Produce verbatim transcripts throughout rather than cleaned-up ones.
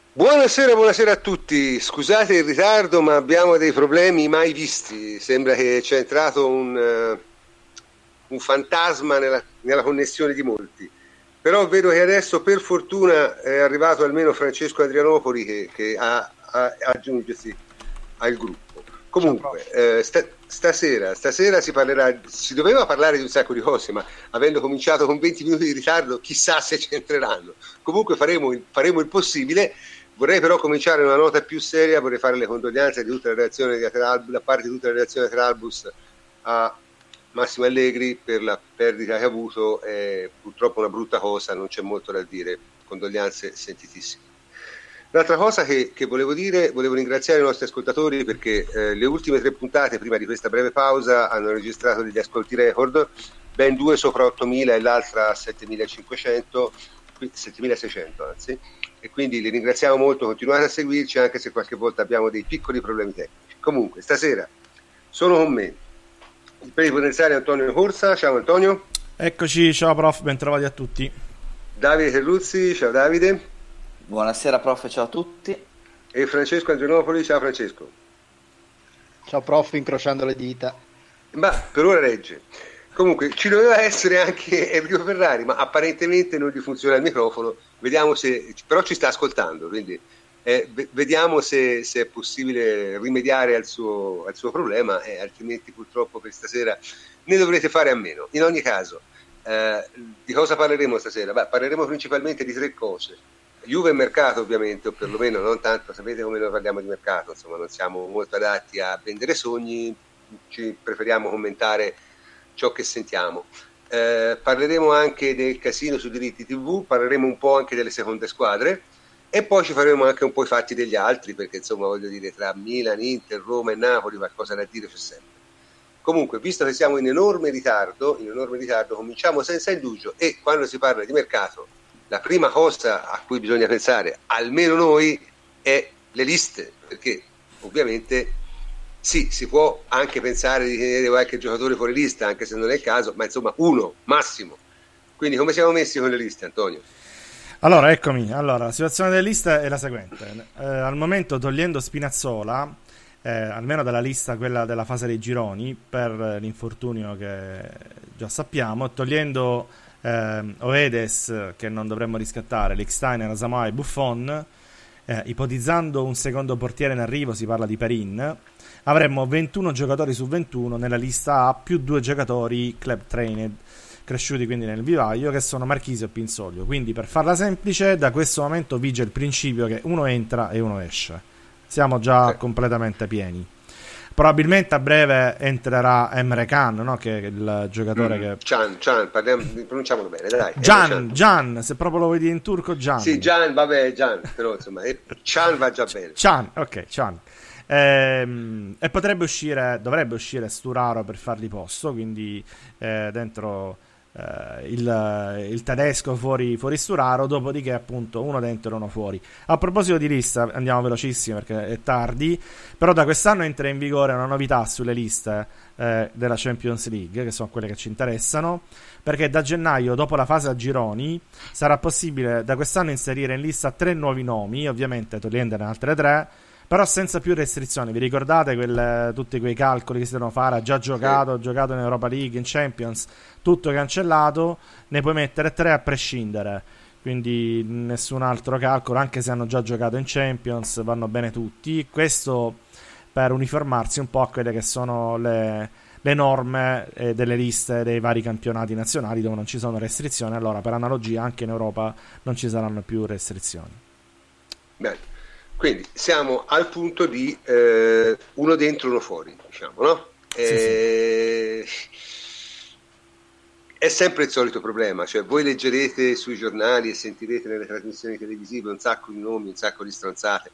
Buonasera, buonasera a tutti. Scusate il ritardo, ma abbiamo dei problemi mai visti. Sembra che c'è entrato un, eh, un fantasma nella, nella connessione di molti. Però vedo che adesso, per fortuna, è arrivato almeno Francesco Adrianopoli che, che ha, a, a aggiungersi al gruppo. Ciao Comunque, prof. eh, sta, stasera, stasera si parlerà, si doveva parlare di un sacco di cose, ma avendo cominciato con venti minuti di ritardo, chissà se c'entreranno. Comunque faremo il, faremo il possibile. Vorrei però cominciare una nota più seria, vorrei fare le condoglianze di tutta la redazione di Ateralbus, da parte di tutta la redazione di Ateralbus a Massimo Allegri per la perdita che ha avuto. È purtroppo una brutta cosa, non c'è molto da dire, condoglianze sentitissime. L'altra cosa che, che volevo dire, volevo ringraziare i nostri ascoltatori perché eh, le ultime tre puntate prima di questa breve pausa hanno registrato degli ascolti record, ben due sopra ottomila e l'altra settemilacinquecento, settemilaseicento anzi, e quindi li ringraziamo molto, continuate a seguirci anche se qualche volta abbiamo dei piccoli problemi tecnici. Comunque stasera sono con me il plenipotenziario Antonio Corsa. Ciao Antonio. Eccoci, ciao prof, bentrovati a tutti. Davide Terruzzi. Ciao Davide. Buonasera prof, ciao a tutti. E Francesco Andrianopoli. Ciao Francesco. Ciao prof, incrociando le dita. Ma per ora regge. Comunque ci doveva essere anche Enrico Ferrari, ma apparentemente non gli funziona il microfono. Vediamo se, però ci sta ascoltando, quindi eh, vediamo se, se è possibile rimediare al suo, al suo problema, eh, altrimenti purtroppo per stasera ne dovrete fare a meno. In ogni caso, eh, di cosa parleremo stasera? Beh, parleremo principalmente di tre cose. Juve e mercato, ovviamente, o perlomeno non tanto, sapete come noi parliamo di mercato, insomma non siamo molto adatti a vendere sogni, ci preferiamo commentare ciò che sentiamo. Eh, parleremo anche del casino sui diritti tivù, parleremo un po' anche delle seconde squadre e poi ci faremo anche un po' i fatti degli altri, perché insomma voglio dire, tra Milan, Inter, Roma e Napoli qualcosa da dire c'è sempre. Comunque, visto che siamo in enorme ritardo, in enorme ritardo, cominciamo senza indugio e quando si parla di mercato la prima cosa a cui bisogna pensare, almeno noi, è le liste, perché ovviamente sì, si può anche pensare di tenere qualche giocatore fuori lista, anche se non è il caso, ma insomma uno, massimo. Quindi come siamo messi con le liste, Antonio? Allora, eccomi. Allora, la situazione delle liste è la seguente. Eh, al momento, togliendo Spinazzola, eh, almeno dalla lista quella della fase dei gironi, per l'infortunio che già sappiamo, togliendo eh, Oedes, che non dovremmo riscattare, Lichtsteiner, Asamoah e Buffon, eh, ipotizzando un secondo portiere in arrivo, si parla di Perin, avremmo ventuno giocatori su ventuno nella lista A più due giocatori club trained, cresciuti quindi nel vivaio, che sono Marchisio e Pinsoglio. Quindi, per farla semplice, da questo momento vige il principio che uno entra e uno esce. Siamo già completamente pieni. Probabilmente a breve entrerà Emre Can, no? Che è il giocatore mm, che... Can, Can, parliamo, pronunciamolo bene, dai. Gian, Gian, se proprio lo vuoi dire in turco, Gian. Sì, Gian, vabbè, Gian, però insomma, Can va già bene. Can, ok, Can. Ehm, e potrebbe uscire, dovrebbe uscire Sturaro per fargli posto, quindi eh, dentro eh, il, il tedesco fuori, fuori Sturaro, dopodiché appunto uno dentro e uno fuori. A proposito di lista, andiamo velocissimi perché è tardi, però da quest'anno entra in vigore una novità sulle liste eh, della Champions League, che sono quelle che ci interessano, perché da gennaio, dopo la fase a gironi, sarà possibile da quest'anno inserire in lista tre nuovi nomi, ovviamente togliendone altre tre, però senza più restrizioni. Vi ricordate quelle, tutti quei calcoli che si devono fare? Ha già giocato, ha giocato in Europa League, in Champions, tutto cancellato, ne puoi mettere tre a prescindere, quindi nessun altro calcolo, anche se hanno già giocato in Champions, vanno bene tutti. Questo per uniformarsi un po' a quelle che sono le, le norme eh, delle liste dei vari campionati nazionali dove non ci sono restrizioni. Allora, per analogia, anche in Europa non ci saranno più restrizioni. Bene. Quindi siamo al punto di eh, uno dentro uno fuori, diciamo, no? E... Sì, sì. È sempre il solito problema, cioè voi leggerete sui giornali e sentirete nelle trasmissioni televisive un sacco di nomi, un sacco di stronzate.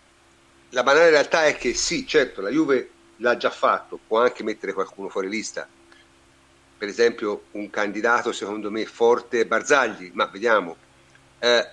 La banale realtà è che sì, certo, la Juve l'ha già fatto, può anche mettere qualcuno fuori lista. Per esempio un candidato secondo me forte, Barzagli, ma vediamo. Eh,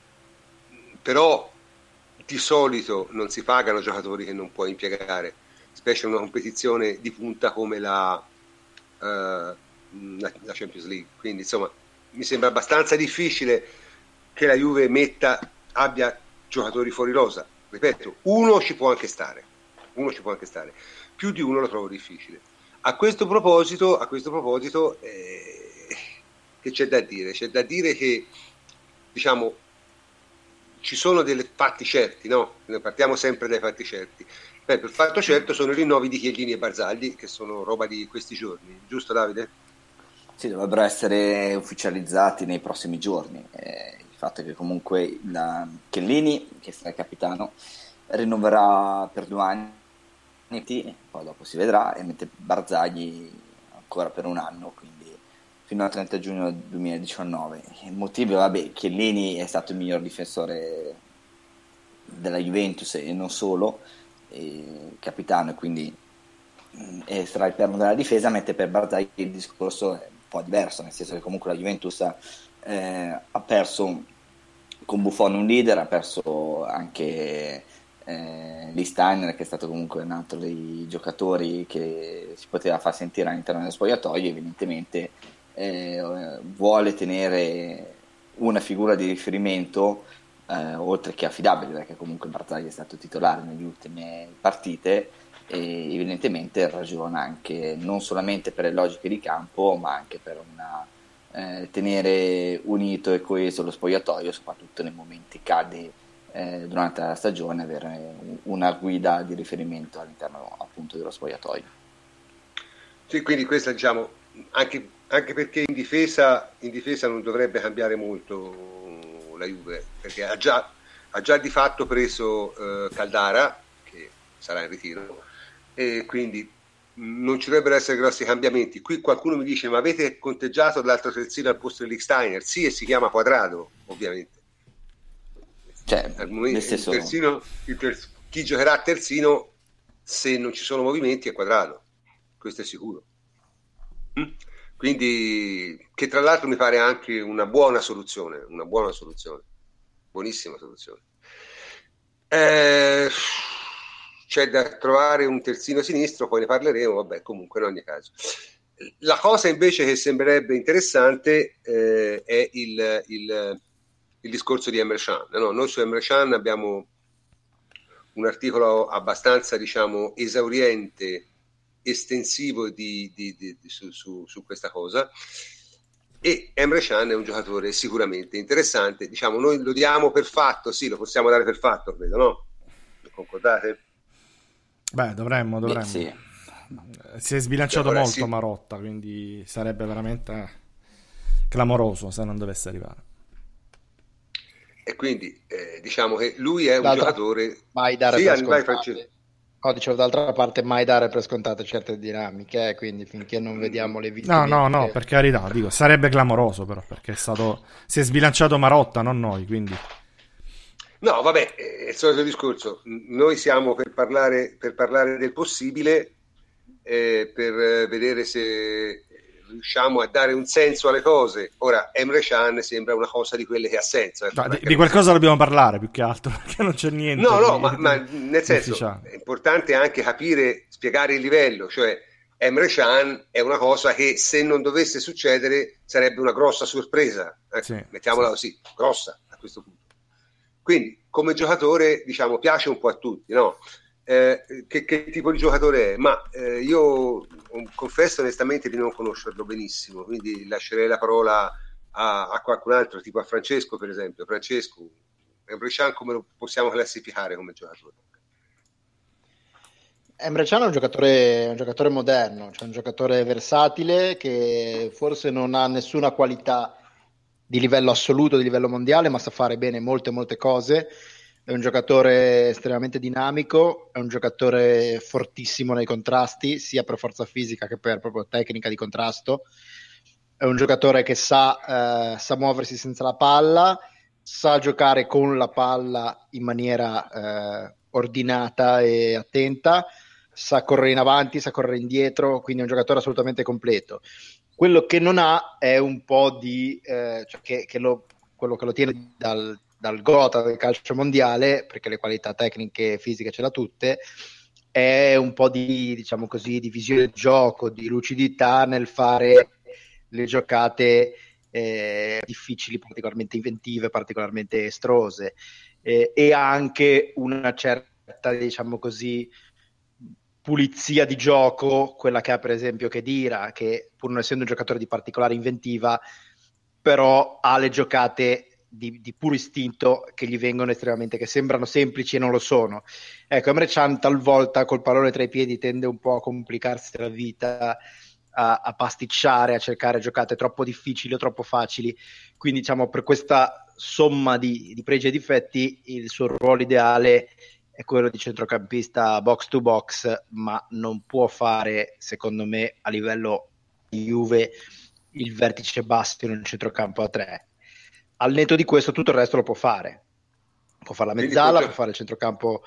però di solito non si pagano giocatori che non puoi impiegare, specie in una competizione di punta come la, uh, la, la Champions League. Quindi insomma mi sembra abbastanza difficile che la Juve metta, abbia giocatori fuori rosa. Ripeto, uno ci può anche stare, uno ci può anche stare, più di uno lo trovo difficile. A questo proposito, a questo proposito eh, che c'è da dire? C'è da dire che, diciamo, ci sono dei fatti certi, no? Noi partiamo sempre dai fatti certi. Beh, il fatto certo sono i rinnovi di Chiellini e Barzagli, che sono roba di questi giorni, giusto Davide? Sì, dovrebbero essere ufficializzati nei prossimi giorni. Eh, il fatto è che comunque la Chiellini, che sarà il capitano, rinnoverà per due anni, poi dopo si vedrà, e mette Barzagli ancora per un anno, quindi fino al trenta giugno duemiladiciannove. Il motivo, vabbè, Chiellini è stato il miglior difensore della Juventus e non solo, e capitano, e quindi e sarà il perno della difesa, mentre per Barzagli il discorso è un po' diverso, nel senso che comunque la Juventus eh, ha perso con Buffon un leader, ha perso anche eh, Lee Steiner, che è stato comunque un altro dei giocatori che si poteva far sentire all'interno dello spogliatoio. Evidentemente eh, vuole tenere una figura di riferimento eh, oltre che affidabile, perché comunque Barzagli è stato titolare nelle ultime partite, e evidentemente ragiona anche non solamente per le logiche di campo, ma anche per una, eh, tenere unito e coeso lo spogliatoio, soprattutto nei momenti caldi eh, durante la stagione, avere una guida di riferimento all'interno appunto dello spogliatoio. Sì, quindi questa, diciamo, anche, anche perché in difesa, in difesa non dovrebbe cambiare molto la Juve, perché ha già, ha già di fatto preso eh, Caldara, che sarà in ritiro, e quindi non ci dovrebbero essere grossi cambiamenti. Qui qualcuno mi dice: ma avete conteggiato l'altro terzino al posto di Lichtsteiner? Sì, e si chiama Quadrado, ovviamente. Cioè, Al momento, nel senso... il terzino, il terz, chi giocherà a terzino se non ci sono movimenti è Quadrado, questo è sicuro. Mm? Quindi, che tra l'altro mi pare anche una buona soluzione, una buona soluzione, buonissima soluzione. Eh, c'è da trovare un terzino sinistro, poi ne parleremo, vabbè, comunque in ogni caso. La cosa invece che sembrerebbe interessante eh, è il, il, il discorso di Emre Can. No, noi su Emre Can abbiamo un articolo abbastanza, diciamo, esauriente, estensivo di, di, di, di, su, su, su questa cosa, e Emre Can è un giocatore sicuramente interessante. Diciamo, noi lo diamo per fatto, sì, lo possiamo dare per fatto, credo, no? Concordate? Beh, dovremmo, dovremmo. Beh, sì. Si è sbilanciato Ora, molto sì. Marotta, quindi sarebbe veramente clamoroso se non dovesse arrivare. E quindi eh, diciamo che lui è un D'altra giocatore... mai dare Sì, per vai, scontate. Francesco. No, dicevo, d'altra parte mai dare per scontate certe dinamiche, eh, quindi finché non vediamo le vite No, no, mediche- no, per carità, dico, sarebbe clamoroso però, perché è stato, si è sbilanciato Marotta, non noi, quindi... No, vabbè, è il solito discorso. Noi siamo per parlare, per parlare del possibile, eh, per vedere se riusciamo a dare un senso alle cose. Ora, Emre Can sembra una cosa di quelle che ha senso. Ecco, No, di, di qualcosa dobbiamo parlare più che altro, perché non c'è niente. No, no, di, ma, di, ma di nel senso ufficiale. è importante anche capire, spiegare il livello, cioè Emre Can è una cosa che se non dovesse succedere sarebbe una grossa sorpresa, ecco, Sì, mettiamola sì. così, grossa a questo punto. Quindi come giocatore, diciamo, piace un po' a tutti, no? Eh, che, che tipo di giocatore è? Ma eh, io confesso onestamente di non conoscerlo benissimo, quindi lascerei la parola a, a qualcun altro, tipo a Francesco per esempio. Francesco, Emre Can come lo possiamo classificare come giocatore? Emre Can è un giocatore, un giocatore moderno, cioè un giocatore versatile che forse non ha nessuna qualità di livello assoluto, di livello mondiale, ma sa fare bene molte molte cose. È un giocatore estremamente dinamico, è un giocatore fortissimo nei contrasti, sia per forza fisica che per proprio tecnica di contrasto. È un giocatore che sa, eh, sa muoversi senza la palla, sa giocare con la palla in maniera eh, ordinata e attenta, sa correre in avanti, sa correre indietro, quindi è un giocatore assolutamente completo. Quello che non ha è un po' di eh, cioè che, che lo, quello che lo tiene dal, dal gota del calcio mondiale, perché le qualità tecniche e fisiche ce l'ha tutte, è un po' di, diciamo così, di visione di gioco, di lucidità nel fare le giocate eh, difficili, particolarmente inventive, particolarmente estrose. eh, e anche una certa, diciamo così, pulizia di gioco, quella che ha per esempio Khedira, che pur non essendo un giocatore di particolare inventiva, però ha le giocate di, di puro istinto che gli vengono estremamente, che sembrano semplici e non lo sono. Ecco, Emre Can talvolta col pallone tra i piedi tende un po' a complicarsi la vita, a, a pasticciare, a cercare giocate troppo difficili o troppo facili, quindi diciamo per questa somma di, di pregi e difetti il suo ruolo ideale è quello di centrocampista box to box, ma non può fare, secondo me, a livello di Juve il vertice basso in un centrocampo a tre. Al netto di questo tutto il resto lo può fare, può fare la mezzala, può fare il centrocampo,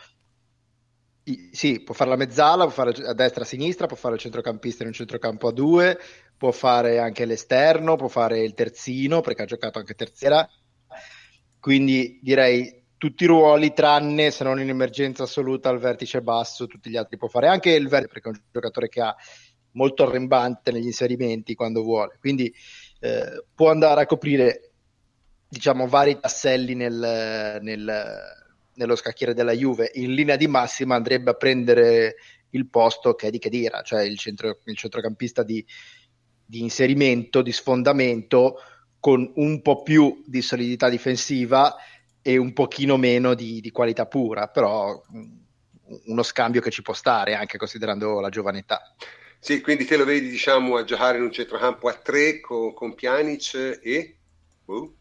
sì, può fare la mezzala, può fare a destra, a sinistra, può fare il centrocampista in un centrocampo a due, può fare anche l'esterno, può fare il terzino perché ha giocato anche terziera, quindi direi tutti i ruoli tranne, se non in emergenza assoluta, al vertice basso, tutti gli altri può fare, anche il vertice perché è un giocatore che ha molto arrembante negli inserimenti quando vuole, quindi eh, può andare a coprire, diciamo, vari tasselli nel, nel, nello scacchiere della Juve. In linea di massima andrebbe a prendere il posto che è di Khedira, cioè il, centro, il centrocampista di, di inserimento, di sfondamento, con un po' più di solidità difensiva e un pochino meno di, di qualità pura, però uno scambio che ci può stare anche considerando la giovane età. Sì, quindi te lo vedi, diciamo, a giocare in un centrocampo a tre con, con Pjanic e... Uh.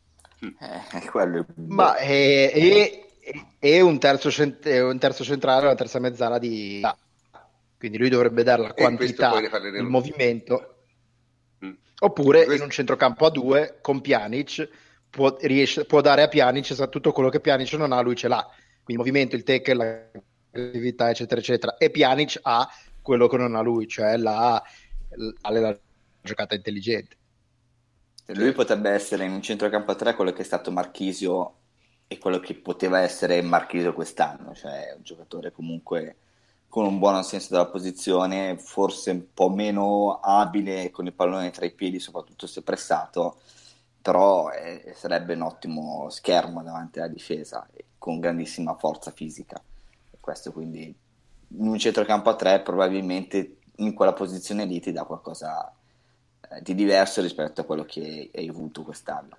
Eh, quello è... Ma è, è, è un, terzo cent- un terzo centrale, una terza mezzala di... Quindi lui dovrebbe dare la quantità, il movimento. Mm. Oppure questo... in un centrocampo a due con Pjanic può, riesce, può dare a Pjanic tutto quello che Pjanic non ha, lui ce l'ha. Quindi il movimento, il tackle, la creatività, eccetera, eccetera. E Pjanic ha quello che non ha lui, cioè la, la, la giocata intelligente. Lui potrebbe essere in un centrocampo a tre quello che è stato Marchisio e quello che poteva essere Marchisio quest'anno, cioè un giocatore comunque con un buon senso della posizione, forse un po' meno abile con il pallone tra i piedi, soprattutto se pressato, però è, sarebbe un ottimo schermo davanti alla difesa e con grandissima forza fisica. E questo quindi in un centrocampo a tre probabilmente in quella posizione lì ti dà qualcosa di diverso rispetto a quello che hai avuto quest'anno.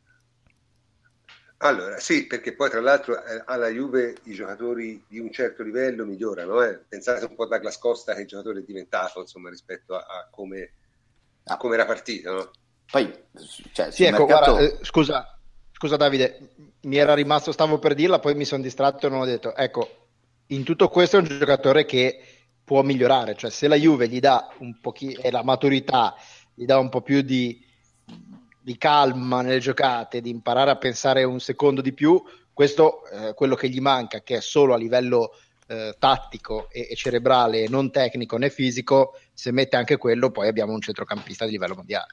Allora, sì, perché poi tra l'altro eh, alla Juve i giocatori di un certo livello migliorano, eh? Pensate un po' a Douglas Costa che il giocatore è diventato, insomma, rispetto a, a come, a come era partito, no? Poi, cioè, sì, ecco, mercato... guarda, eh, scusa, scusa Davide, mi era rimasto, stavo per dirla, poi mi sono distratto e non ho detto, ecco, in tutto questo è un giocatore che può migliorare, cioè se la Juve gli dà un pochino, e la maturità gli dà un po' più di, di calma nelle giocate, di imparare a pensare un secondo di più, questo è eh, quello che gli manca, che è solo a livello eh, tattico e, e cerebrale, non tecnico né fisico, se mette anche quello poi abbiamo un centrocampista di livello mondiale.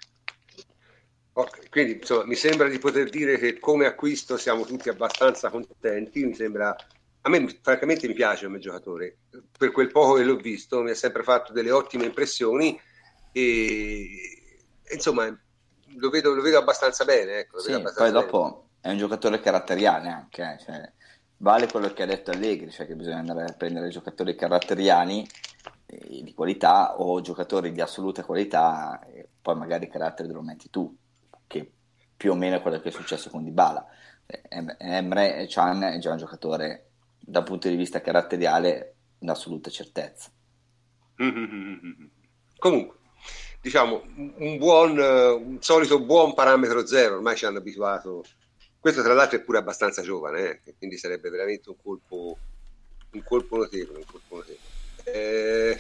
Okay, quindi insomma mi sembra di poter dire che come acquisto siamo tutti abbastanza contenti, mi sembra, a me francamente mi piace come giocatore, per quel poco che l'ho visto mi ha sempre fatto delle ottime impressioni e insomma lo vedo, lo vedo abbastanza bene, ecco, lo sì, vedo abbastanza poi dopo bene. È un giocatore caratteriale anche, eh, cioè, vale quello che ha detto Allegri, cioè che bisogna andare a prendere giocatori caratteriali eh, di qualità o giocatori di assoluta qualità e poi magari il carattere te lo metti tu, che più o meno è quello che è successo con Dybala. Emre Can è già un giocatore dal punto di vista caratteriale un'assoluta certezza. Mm-hmm. Comunque diciamo un buon un solito buon parametro zero, ormai ci hanno abituato. Questo tra l'altro è pure abbastanza giovane, eh? Quindi sarebbe veramente un colpo un colpo notevole, un colpo notevole. Eh...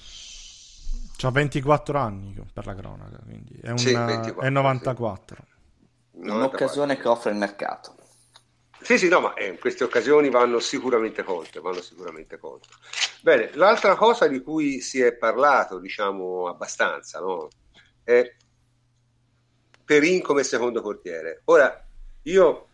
C'ha ventiquattro anni per la cronaca, quindi è, un, sì, ventiquattro, è novantaquattro. Sì. Un'occasione che offre il mercato. Sì, sì, no, ma eh, queste occasioni vanno sicuramente colte, vanno sicuramente colte. Bene, l'altra cosa di cui si è parlato, diciamo, abbastanza, no? È Perin come secondo portiere. Ora, io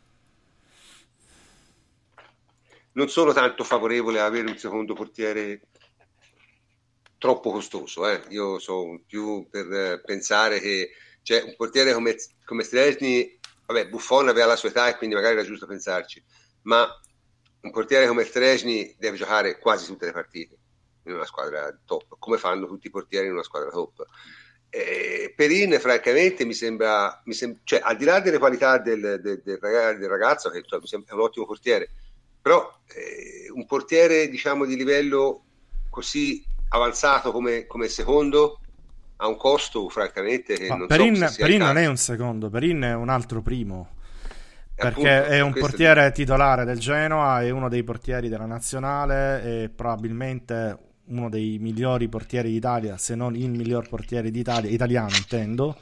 non sono tanto favorevole a avere un secondo portiere troppo costoso, eh. Io sono più per eh, pensare che cioè, un portiere come, come Stelzny, vabbè, Buffon aveva la sua età e quindi magari era giusto pensarci, ma un portiere come Szczęsny deve giocare quasi tutte le partite in una squadra top, come fanno tutti i portieri in una squadra top. Eh, Perin francamente mi sembra, mi sembra cioè, al di là delle qualità del, del, del ragazzo, che cioè, mi sembra un ottimo portiere, però eh, un portiere diciamo di livello così avanzato come, come secondo ha un costo francamente che non Perin, so se Perin non è un secondo, Perin è un altro primo, perché appunto, è un portiere è... titolare del Genoa, è uno dei portieri della nazionale e probabilmente uno dei migliori portieri d'Italia, se non il miglior portiere d'Italia, italiano intendo,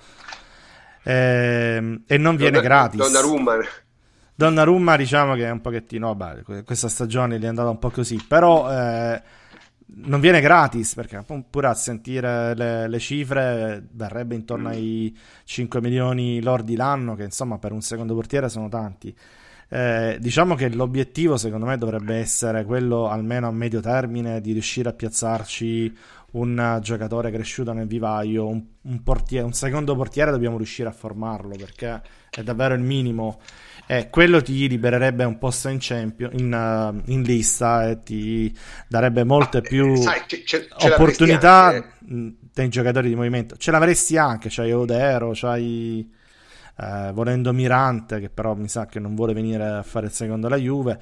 e, e non viene Donna, gratis. Donnarumma Donnarumma diciamo che è un pochettino, vabbè, questa stagione gli è andata un po' così, però eh, non viene gratis, perché pure a sentire le, le cifre verrebbe intorno mm. ai cinque milioni lordi l'anno, che insomma per un secondo portiere sono tanti. Eh, diciamo che l'obiettivo secondo me dovrebbe essere quello, almeno a medio termine, di riuscire a piazzarci un giocatore cresciuto nel vivaio, un, un, portiere, un secondo portiere dobbiamo riuscire a formarlo, perché è davvero il minimo, e quello ti libererebbe un posto in, champion, in, uh, in lista e ti darebbe molte ah, più sai, c'è, c'è opportunità anche, eh. dei giocatori di movimento. Ce l'avresti anche, c'hai Odero, c'hai Eh, volendo Mirante, che però mi sa che non vuole venire a fare il secondo alla Juve,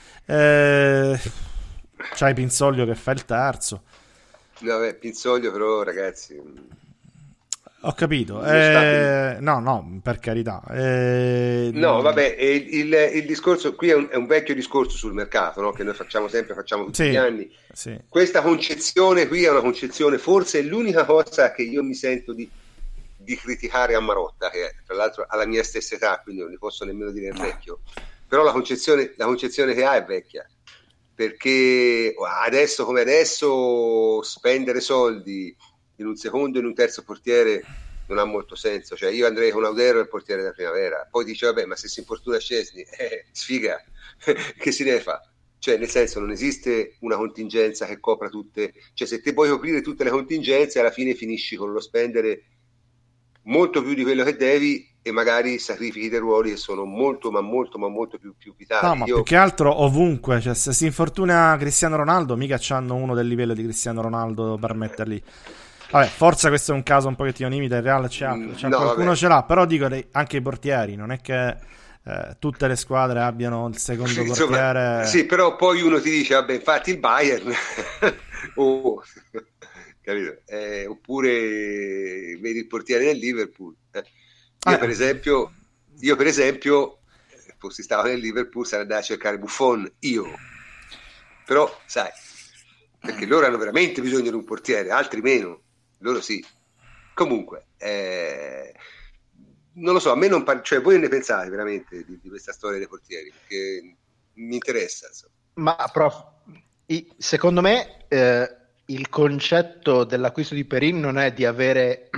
eh, c'hai Pinsoglio che fa il terzo. No, beh, Pinsoglio però ragazzi ho capito, eh, no no per carità, eh, no vabbè, il, il, il discorso qui è un, è un vecchio discorso sul mercato, no? Che noi facciamo sempre, facciamo tutti sì, gli anni, sì. Questa concezione qui è una concezione, forse è l'unica cosa che io mi sento di di criticare a Marotta, che tra l'altro ha la mia stessa età, quindi non gli posso nemmeno dire vecchio, però la concezione, la concezione che ha è vecchia, perché adesso come adesso spendere soldi in un secondo e in un terzo portiere non ha molto senso, cioè io andrei con Audero e il portiere della primavera, poi dice vabbè ma se si infortuna Szczęsny, eh, sfiga, che si deve fare? Cioè nel senso non esiste una contingenza che copra tutte, cioè se te puoi coprire tutte le contingenze alla fine finisci con lo spendere molto più di quello che devi e magari sacrifichi dei ruoli che sono molto ma molto ma molto più, più vitali. No, ma Io... più che altro ovunque, cioè se si infortuna Cristiano Ronaldo mica c'hanno uno del livello di Cristiano Ronaldo per metterli. Vabbè, forse questo è un caso un pochettino limite, il Real c'è, c'è no, qualcuno vabbè. ce l'ha, però dico anche i portieri, non è che eh, tutte le squadre abbiano il secondo sì, portiere. Insomma, sì, però poi uno ti dice vabbè, infatti il Bayern oh. Capito? Eh, oppure vedi il portiere del Liverpool. Eh. Io, ah, per esempio, io per esempio, fossi stato nel Liverpool, sarei andato a cercare Buffon, io. Però, sai, perché loro hanno veramente bisogno di un portiere, altri meno, loro sì. Comunque, eh, non lo so, a me non par- cioè voi ne pensate veramente di, di questa storia dei portieri? Perché mi interessa. Insomma. Ma, prof, secondo me... Eh... il concetto dell'acquisto di Perin non è di avere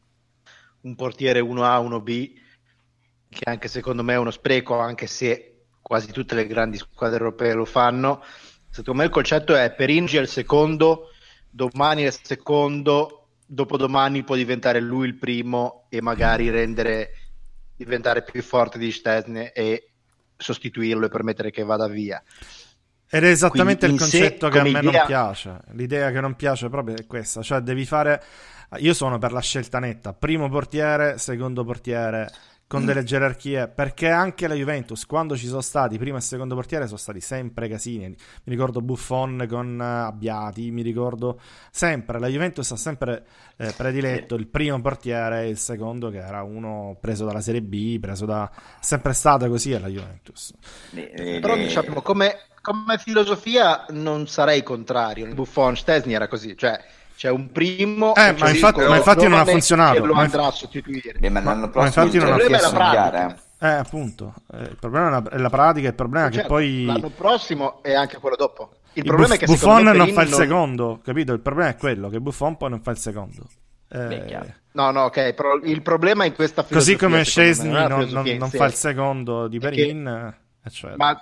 un portiere uno A, uno B, che anche secondo me è uno spreco, anche se quasi tutte le grandi squadre europee lo fanno. Secondo me il concetto è Perin è il secondo, domani è il secondo, dopodomani può diventare lui il primo e magari rendere diventare più forte di Szczęsny e sostituirlo e permettere che vada via. Ed è esattamente Quindi, il concetto sé, che a me idea... non piace. L'idea che non piace proprio è questa, cioè devi fare. Io sono per la scelta netta: primo portiere, secondo portiere, con mm. delle gerarchie, perché anche la Juventus, quando ci sono stati primo e secondo portiere, sono stati sempre casini. Mi ricordo Buffon con Abbiati, mi ricordo sempre la Juventus ha sempre eh, prediletto il primo portiere e il secondo che era uno preso dalla Serie B, preso da sempre stata così è la Juventus. Eh, Però diciamo come come filosofia non sarei contrario. Buffon, Szczęsny era così, cioè c'è un primo eh, ma, infatti, ma infatti non ha funzionato, lo ma andrà a sostituire. Beh, ma l'anno prossimo ma infatti non ha funzionato. Eh, appunto, eh, il problema è la, è la pratica, il problema è certo, che poi l'anno prossimo è anche quello dopo. Il, il problema Buff- è che Buffon non Perin fa il non... secondo, capito? Il problema è quello che Buffon poi non fa il secondo. Eh, no, no, ok, però il problema in questa filosofia, così come Szczęsny non, non, non, non fa il sé. secondo di Perin, che... eccetera. Ma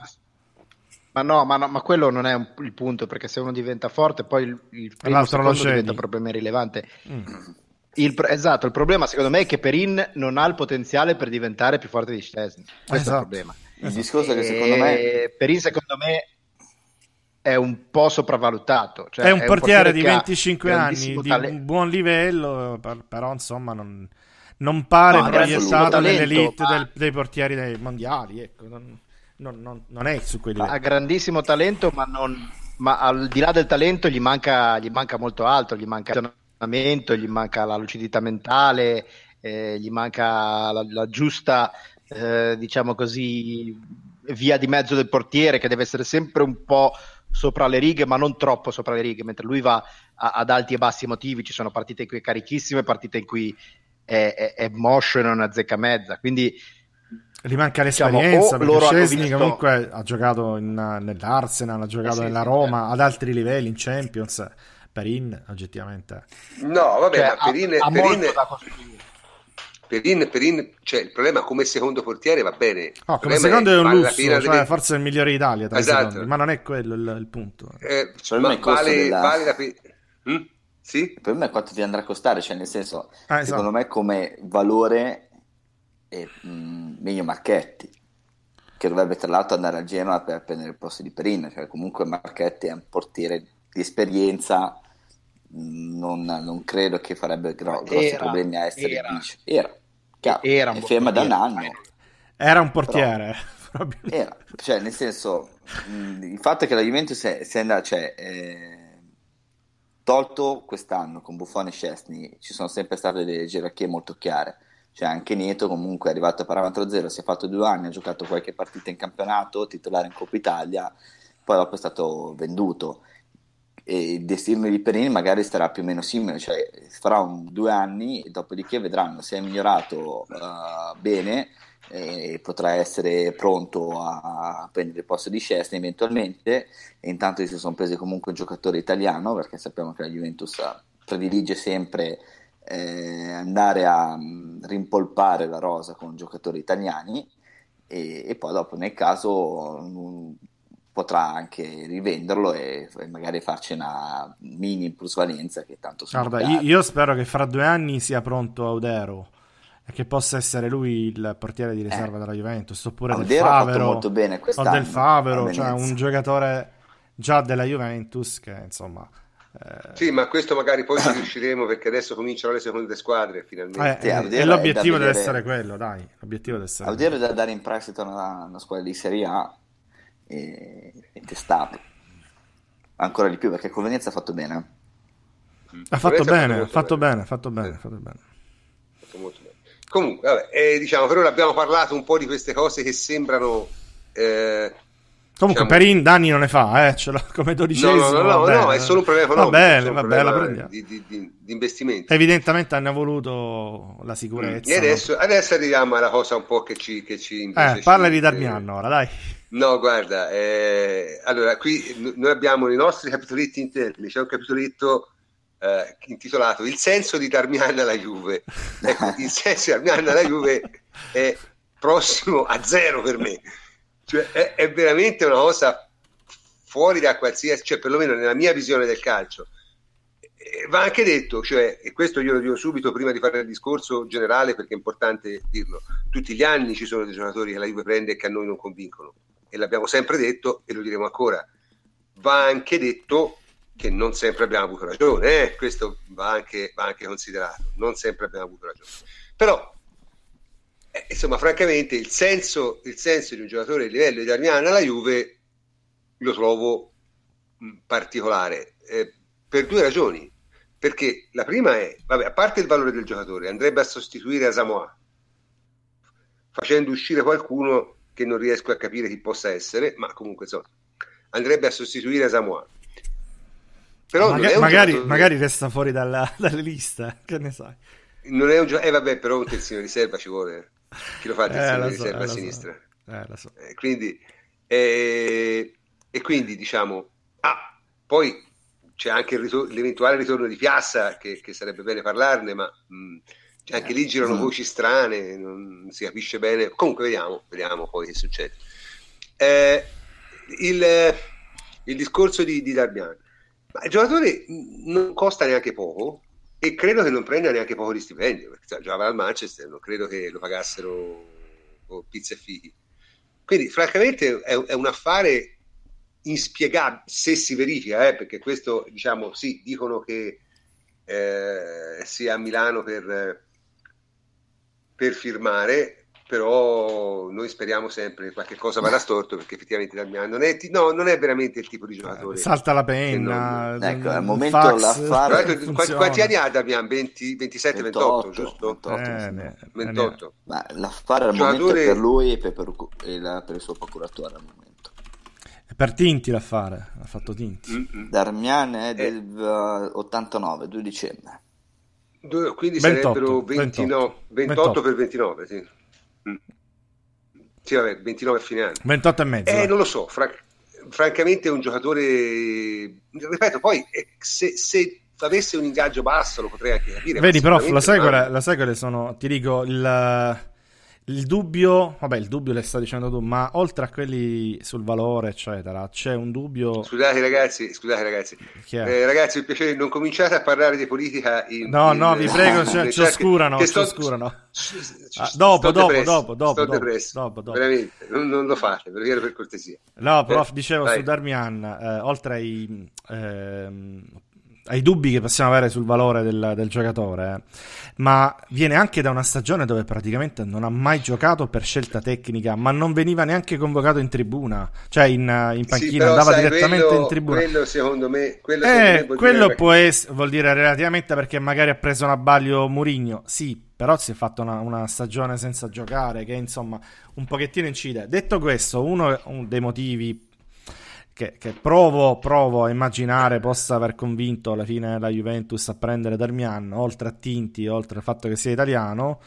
Ma no, ma no, ma quello non è un, il punto, perché se uno diventa forte poi il, il primo secondo diventa un problema rilevante. Mm. Il, esatto, il problema secondo me è che Perin non ha il potenziale per diventare più forte di Szczęsny. Questo esatto. è il problema. Il discorso è che secondo me Perin secondo me è un po' sopravvalutato, cioè è un è portiere un di venticinque anni di talento. un buon livello, però insomma non, non pare No, proiettato talento, nell'elite ma... del, dei portieri dei mondiali, ecco, non, non, non, non è su quei livelli. Ha grandissimo talento, ma, non, ma al di là del talento gli manca, gli manca molto altro, gli manca il ragionamento, gli manca la lucidità mentale, eh, gli manca la, la giusta, eh, diciamo così, via di mezzo del portiere, che deve essere sempre un po' sopra le righe, ma non troppo sopra le righe, mentre lui va a, ad alti e bassi motivi. Ci sono partite in cui è carichissimo e partite in cui è, è, è moscio e non azzecca mezza, quindi gli manca l'esperienza, diciamo, perché loro Szczesny visto... comunque ha giocato in, nell'Arsenal, ha giocato eh sì, nella sì, Roma, certo. ad altri livelli in Champions. Perin oggettivamente no vabbè, cioè, ma Perin, ha, ha Perin, molto da costruire. Perin, Perin, cioè il problema come secondo portiere va bene, oh, come secondo è, è un vale lusso, cioè delle... forse è il migliore d'Italia tra esatto. i secondi, ma non è quello il, il punto. Eh, per ma me vale, della... vale la pe... hm? Sì? Per me quanto ti andrà a costare, cioè nel senso, ah, secondo esatto. me come valore è mh, meglio Marchetti, che dovrebbe tra l'altro andare a Genoa per prendere il posto di Perin, cioè comunque Marchetti è un portiere di esperienza, mh, non, non credo che farebbe gro- grossi Era, problemi a essere era. vice. Era, chiaro, Era un è buon ferma da un portiere. anno. Era un portiere. Però, era, cioè nel senso, mh, il fatto è che la Juventus è, è andata, cioè, eh, tolto quest'anno con Buffon e Szczesny, ci sono sempre state delle gerarchie molto chiare. Cioè anche Nieto comunque è arrivato a parametro zero, si è fatto due anni, ha giocato qualche partita in campionato, titolare in Coppa Italia, poi dopo è stato venduto. E il destino di Perin magari sarà più o meno simile, cioè farà un, due anni e dopodiché vedranno se è migliorato uh, bene e potrà essere pronto a prendere il posto di Szczesny eventualmente, e intanto si sono presi comunque un giocatore italiano, perché sappiamo che la Juventus predilige sempre Eh, andare a mh, rimpolpare la rosa con giocatori italiani, e, e poi dopo nel caso mh, potrà anche rivenderlo e, e magari farci una mini plusvalenza che tanto sono Guarda, io, io spero che fra due anni sia pronto Audero e che possa essere lui il portiere di riserva eh. della Juventus, oppure Audero del Favero, ha fatto molto bene o quest'anno del Favero, a cioè Venezia. un giocatore già della Juventus che insomma eh... sì, ma questo magari poi ci riusciremo, perché adesso cominciano le seconde squadre finalmente. Eh, Sì, e l'obiettivo deve vedere... essere quello, dai, l'obiettivo deve essere Audero è quello. da dare in prestito a una, una squadra di Serie A e, e testato ancora di più, perché con Venezia ha fatto bene. Ha fatto bene, ha fatto bene, bene, ha fatto bene, ha fatto bene. Fatto molto bene. Comunque, vabbè, eh, diciamo, per ora abbiamo parlato un po' di queste cose che sembrano... Eh, Comunque diciamo... Perin danni non ne fa, eh, ce l'ho come dodicesimo. No, no, no, no, no, è solo un problema economico. Va bene, va bene, la problema prendiamo. Di, di, di, di investimento. Evidentemente hanno voluto la sicurezza. Mm. E adesso, no? adesso arriviamo alla cosa un po' che ci... Che ci eh, parla ci, di Darmian ora, dai. No, guarda, eh, allora, qui noi abbiamo i nostri capitoletti interni, c'è un capitoletto eh, intitolato Il senso di Darmian alla Juve. Ecco, il senso di Darmian alla Juve è prossimo a zero per me. Cioè, è, è veramente una cosa fuori da qualsiasi, cioè perlomeno nella mia visione del calcio. E va anche detto, cioè, e questo io lo dico subito prima di fare il discorso generale, perché è importante dirlo, tutti gli anni ci sono dei giocatori che la Juve prende e che a noi non convincono, e l'abbiamo sempre detto e lo diremo ancora. Va anche detto che non sempre abbiamo avuto ragione, eh? Questo va anche, va anche considerato, non sempre abbiamo avuto ragione, però eh, insomma francamente il senso, il senso di un giocatore di livello di Darmian alla Juve lo trovo mh, particolare eh, per due ragioni, perché la prima è, vabbè, a parte il valore del giocatore, andrebbe a sostituire Asamoah facendo uscire qualcuno che non riesco a capire chi possa essere, ma comunque insomma andrebbe a sostituire Asamoah. Però Maga- non è un magari, giocatore... magari resta fuori dalla, dalle liste, che ne sai. Non è un gioco, eh vabbè, però un terzino di riserva ci vuole. Chi lo fa il terzino eh, di so, riserva eh, a sinistra? So. Eh, lo so. Eh, quindi, eh, e quindi diciamo, ah, poi c'è anche il ritor- l'eventuale ritorno di Piazza, che, che sarebbe bene parlarne, ma mh, anche lì girano mm. voci strane, non si capisce bene. Comunque vediamo, vediamo poi che succede. Eh, il, il discorso di, di Darmian. Ma il giocatore non costa neanche poco e credo che non prenda neanche poco di stipendio, perché giocava al Manchester, non credo che lo pagassero oh, pizza e fichi. quindi francamente è, è un affare inspiegabile se si verifica, eh, perché questo, diciamo, sì, dicono che eh, sia a Milano per, per firmare, però noi speriamo sempre che qualche cosa vada storto, perché effettivamente Darmian non è, no, non è veramente il tipo di giocatore. Salta la penna. Non... Ecco, al momento fax, l'affare quanti, quanti anni ha Darmian? venti, ventisette, ventotto, giusto? ventotto, eh, ne, ventotto. Ma l'affare al giocatore... momento per lui e per, per, per, per il suo procuratore al momento. È per Tinti l'affare, ha fatto Tinti. Mm-hmm. Darmian è del eh. ottantanove, due dicembre. Due, quindi ventotto, sarebbero ventinove, ventotto, ventotto per ventinove, sì. Mm. Sì, vabbè, ventinove a fine anno. ventotto e mezzo. Eh, non lo so, fra- francamente è un giocatore, ripeto, poi se, se avesse un ingaggio basso lo potrei anche capire. Vedi, prof, lo sai, quale, lo sai quale sono, ti dico, il, il dubbio, vabbè, il dubbio le sto dicendo tu, ma oltre a quelli sul valore, eccetera, c'è un dubbio... Scusate ragazzi, scusate ragazzi, eh, ragazzi, è un piacere, non cominciate a parlare di politica in... No, in, no, vi prego, ci, ci oscurano, ci sto, oscurano. Ah, dopo, dopo, depresso, dopo, dopo, dopo, dopo, dopo, veramente, non, non lo fate, per, per cortesia. No, prof, eh, dicevo vai. Su Darmian, eh, oltre ai... Ehm, ai dubbi che possiamo avere sul valore del, del giocatore, eh. ma viene anche da una stagione dove praticamente non ha mai giocato per scelta tecnica, ma non veniva neanche convocato in tribuna, cioè in, in panchina, sì, andava sai, direttamente quello, in tribuna. Quello secondo me, quello, eh, secondo me vuol quello dire può essere, vuol dire relativamente perché magari ha preso un abbaglio Mourinho, sì, però si è fatto una, una stagione senza giocare che insomma un pochettino incide. Detto questo, uno, uno dei motivi Che, che provo, provo a immaginare possa aver convinto alla fine la Juventus a prendere Darmian, oltre a Tinti, oltre al fatto che sia italiano,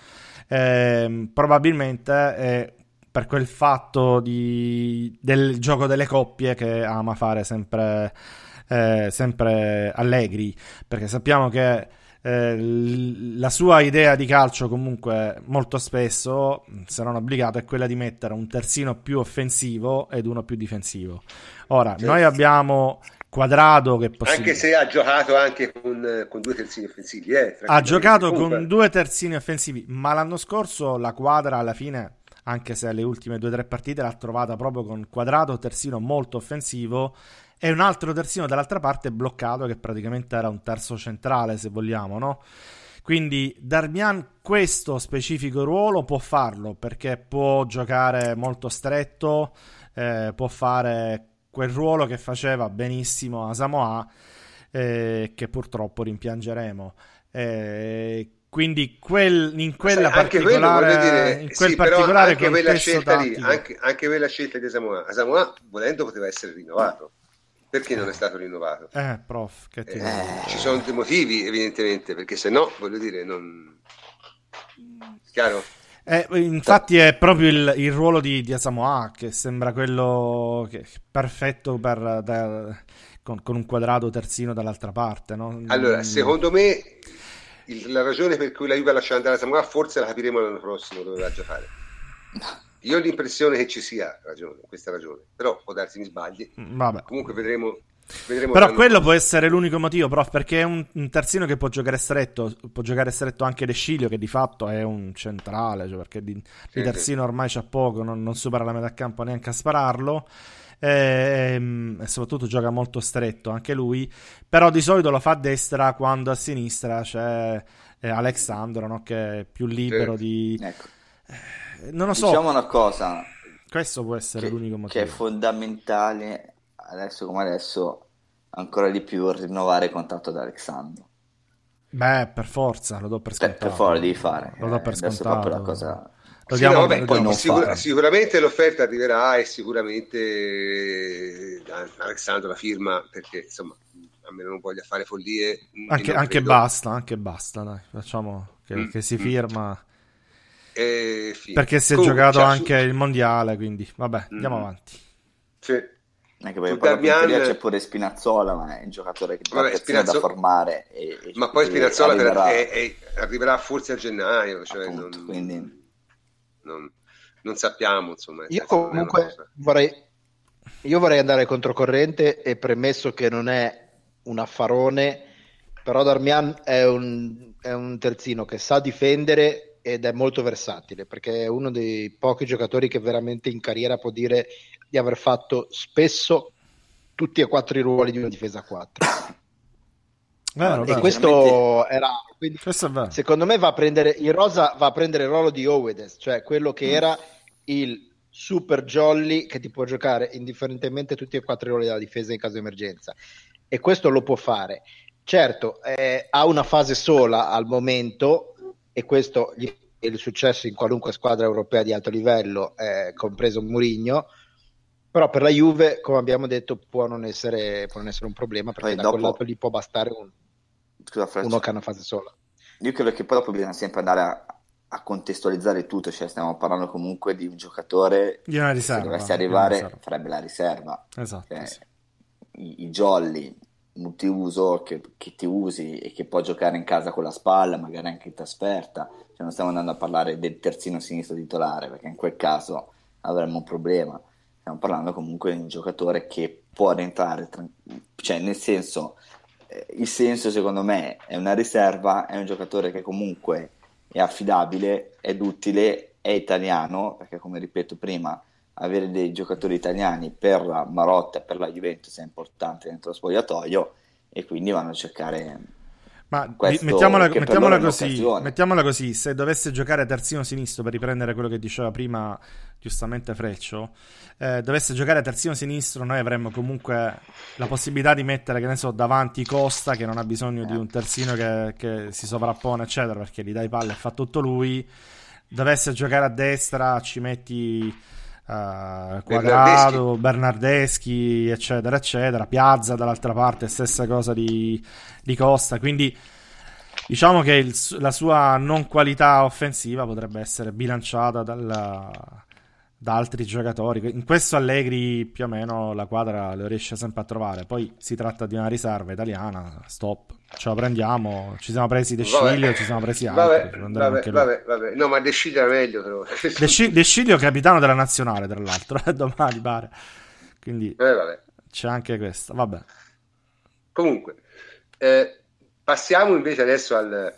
eh, probabilmente è per quel fatto di, del gioco delle coppie che ama fare sempre, eh, sempre Allegri, perché sappiamo che Eh, la sua idea di calcio comunque molto spesso, se non obbligato, è quella di mettere un terzino più offensivo ed uno più difensivo. Ora, certo. Noi abbiamo Quadrado che anche se ha giocato anche con, con due terzini offensivi, eh, ha giocato comunque con due terzini offensivi, ma l'anno scorso la Quadra alla fine, anche se alle ultime due o tre partite l'ha trovata proprio con Quadrado, terzino molto offensivo, e un altro terzino dall'altra parte bloccato che praticamente era un terzo centrale, se vogliamo, no? Quindi Darmian questo specifico ruolo può farlo perché può giocare molto stretto, eh, può fare quel ruolo che faceva benissimo a Samoa, eh, che purtroppo rimpiangeremo. Eh, quindi quel, in quella sai, particolare, quello, dire, in quel sì, particolare anche quella scelta tattico, lì, anche, anche quella scelta di Samoa, a Samoa volendo poteva essere rinnovato. Perché non è stato rinnovato? Eh, prof, che ti eh, ci sono dei motivi, evidentemente, perché se no, voglio dire, non... Chiaro? Eh, infatti è proprio il, il ruolo di, di Asamoah che sembra quello che, perfetto per, da, con, con un Quadrado terzino dall'altra parte, no? Allora, secondo me il, la ragione per cui la Juve ha lasciato andare Asamoah forse la capiremo l'anno prossimo dove va a giocare. Io ho l'impressione che ci sia ragione, questa ragione, però può darsi mi sbagli. Vabbè. Comunque vedremo. vedremo però quello prossimo. Può essere l'unico motivo, prof, perché è un, un terzino che può giocare stretto, può giocare stretto anche De Sciglio, che di fatto è un centrale, cioè perché di, sì, di terzino sì. Ormai c'ha poco, non, non supera la metà campo neanche a spararlo. E, e soprattutto gioca molto stretto anche lui, però di solito lo fa a destra quando a sinistra c'è eh, Alexandro, no? Che è più libero sì. di... Ecco. Non lo so. Diciamo una cosa. Questo può essere che, l'unico motivo. Che è fondamentale, adesso come adesso, ancora di più rinnovare il contratto ad Alexandro. Beh, per forza, lo do per scontato. Per, per forza devi fare. Lo do per adesso scontato. Proprio la cosa... Lo sì, diamo, no, vabbè, poi non sicur- sicuramente l'offerta arriverà e sicuramente Alexandro la firma, perché insomma a meno non voglia fare follie. Anche, anche basta, anche basta, dai, facciamo che, mm, che si firma. Mm. Eh, perché si è Comunque, giocato cioè, anche su... il mondiale, quindi vabbè, mm. andiamo avanti. Sì. Anche perché poi Darmian... c'è pure Spinazzola, ma è un giocatore che vabbè, Spinazzo... da formare e, e ma poi Spinazzola arriverà... Per... È, è... arriverà forse a gennaio, cioè Appunto, non... quindi non... non sappiamo, insomma. Io comunque vorrei io vorrei andare controcorrente e premesso che non è un affarone, però Darmian è un, è un terzino che sa difendere ed è molto versatile, perché è uno dei pochi giocatori che veramente in carriera può dire di aver fatto spesso tutti e quattro i ruoli di una difesa a quattro. Vero, E vero. questo è raro, quindi Questo è vero. secondo me va a prendere il Rosa va a prendere il ruolo di Owedes, cioè quello che Mm. era il super jolly che ti può giocare indifferentemente tutti e quattro i ruoli della difesa in caso di emergenza, e questo lo può fare. Certo, eh, ha una fase sola al momento, e questo gli è il successo in qualunque squadra europea di alto livello, eh, compreso Mourinho, però per la Juve, come abbiamo detto, può non essere, può non essere un problema, perché Poi da dopo- quel lato lì può bastare un, Scusa, Freccia. uno che ha una fase sola. Io credo che poi dopo bisogna sempre andare a, a contestualizzare tutto, cioè stiamo parlando comunque di un giocatore Di una che riserva, se dovesse di una arrivare riserva. farebbe la riserva. Esatto, Cioè, sì. i, i jolly multiuso che, che ti usi e che può giocare in casa con la spalla, magari anche in trasferta, cioè non stiamo andando a parlare del terzino sinistro titolare, perché in quel caso avremmo un problema. Stiamo parlando comunque di un giocatore che può rientrare, tran- cioè nel senso, eh, il senso secondo me è una riserva, è un giocatore che comunque è affidabile, è duttile, è italiano, perché come ripeto prima, avere dei giocatori italiani per la Marotta e per la Juventus è importante dentro lo spogliatoio, e quindi vanno a cercare Ma di- questo, mettiamola, che per mettiamola loro è così, un'occasione. mettiamola così, se dovesse giocare terzino sinistro, per riprendere quello che diceva prima giustamente Freccio, eh, dovesse giocare terzino sinistro, noi avremmo comunque la possibilità di mettere, che ne so, davanti Costa, che non ha bisogno di un terzino che, che si sovrappone, eccetera, perché gli dai palle e fa tutto lui. Dovesse giocare a destra, ci metti eh, Quadrado, Bernardeschi, eccetera, eccetera. Piazza dall'altra parte, stessa cosa di, di Costa. Quindi diciamo che il su- la sua non qualità offensiva potrebbe essere bilanciata dalla- da altri giocatori. In questo Allegri più o meno la quadra lo riesce sempre a trovare. Poi si tratta di una riserva italiana, stop. Ce la prendiamo, ci siamo presi De Sciglio, ci siamo presi altri. Vabbè, prenderemo vabbè, anche lui. vabbè, vabbè. No, ma De Sciglio era meglio però. De, Sci- De Sciglio capitano della nazionale, tra l'altro, eh, domani pare. Quindi Eh, vabbè. c'è anche questo. Vabbè. Comunque, eh, passiamo invece adesso al,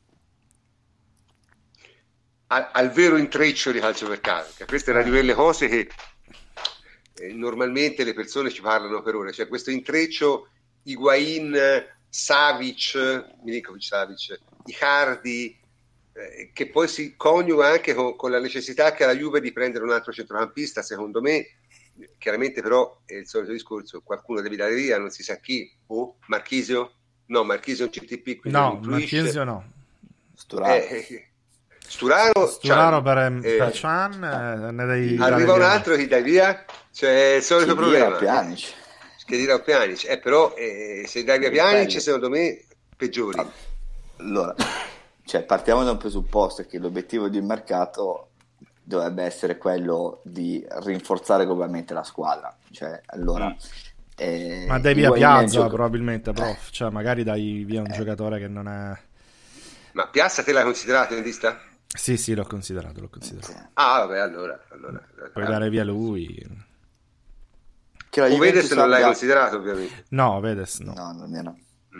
al, al vero intreccio di calciomercato, che questa è una di quelle cose che eh, normalmente le persone ci parlano per ore, cioè questo intreccio Higuain, Savic, Milinkovic Savic, Icardi, eh, che poi si coniuga anche con, con la necessità che ha la Juve di prendere un altro centrocampista, secondo me. Chiaramente però è il solito discorso, qualcuno deve dare via, non si sa chi, o oh, Marchisio? No, Marchisio è un C T P, quindi No, non influisce. Marchisio no. Sturaro. Eh, Sturaro, Sturaro Chan, per, eh, per Chan, eh, ne devi dare arriva un via. altro che dai via, cioè il solito Khedira, problema. Pjanic. Khedira o Pjanic, eh, però eh, se dai via Pjanic secondo me peggiori. Allora, cioè, partiamo da un presupposto che l'obiettivo di un mercato dovrebbe essere quello di rinforzare globalmente la squadra, cioè allora Mm. eh, Ma dai via Higuain è il Piazza gioco- probabilmente, prof. Cioè magari dai via un giocatore che non è... Ma Piazza te l'hai considerato in lista? Sì, sì, l'ho considerato, l'ho considerato. Ah, vabbè, allora, allora. Puoi dare via lui. che la O Juventus Vedes non l'hai abbia- considerato ovviamente. No, Vedes no. no, non era.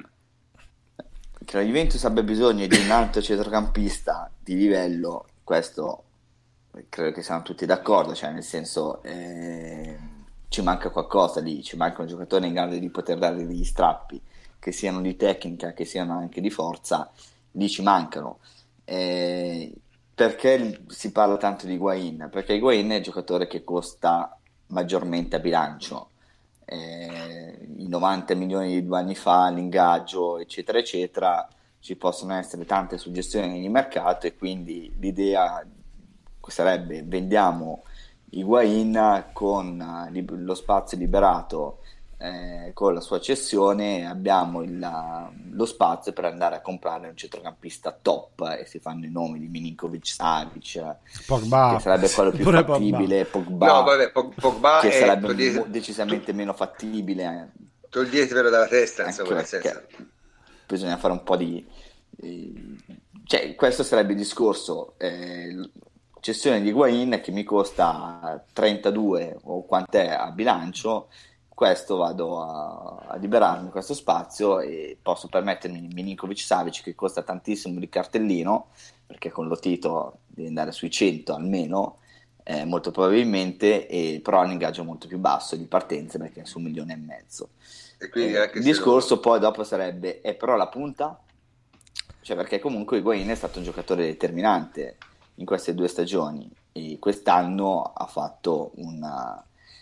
Che la Juventus abbia bisogno di un altro centrocampista di livello, questo credo che siamo tutti d'accordo, cioè nel senso eh, ci manca qualcosa lì, ci manca un giocatore in grado di poter dare degli strappi, che siano di tecnica, che siano anche di forza, lì ci mancano. Eh, perché si parla tanto di Higuain? Perché Higuain è il giocatore che costa maggiormente a bilancio. Eh, i novanta milioni di due anni fa, l'ingaggio, eccetera, eccetera, ci possono essere tante suggestioni di mercato, e quindi l'idea sarebbe: vendiamo Higuain con eh, lib- lo spazio liberato eh, con la sua cessione, abbiamo il- la- lo spazio per andare a comprare un centrocampista top, e si fanno i nomi di Milinkovic, Savic, Pogba. che sarebbe quello più Pure fattibile, Pogba, No, vabbè, Pog- Pogba che è sarebbe togliete- mo- decisamente meno fattibile, toglietevelo dalla testa, anche insomma, nel senso. perché bisogna fare un po' di eh, cioè questo sarebbe il discorso, eh, cessione di Higuain che mi costa trentadue o quant'è a bilancio, questo vado a, a liberarmi questo spazio e posso permettermi Milinkovic Savic che costa tantissimo di cartellino, perché con Lotito devi andare sui cento almeno, eh, molto probabilmente, e però ha un ingaggio molto più basso di partenza perché è su un milione e mezzo. E quindi Eh, anche il se discorso lo... poi dopo sarebbe, è però la punta? Cioè, perché comunque Higuaín è stato un giocatore determinante in queste due stagioni e quest'anno ha fatto una,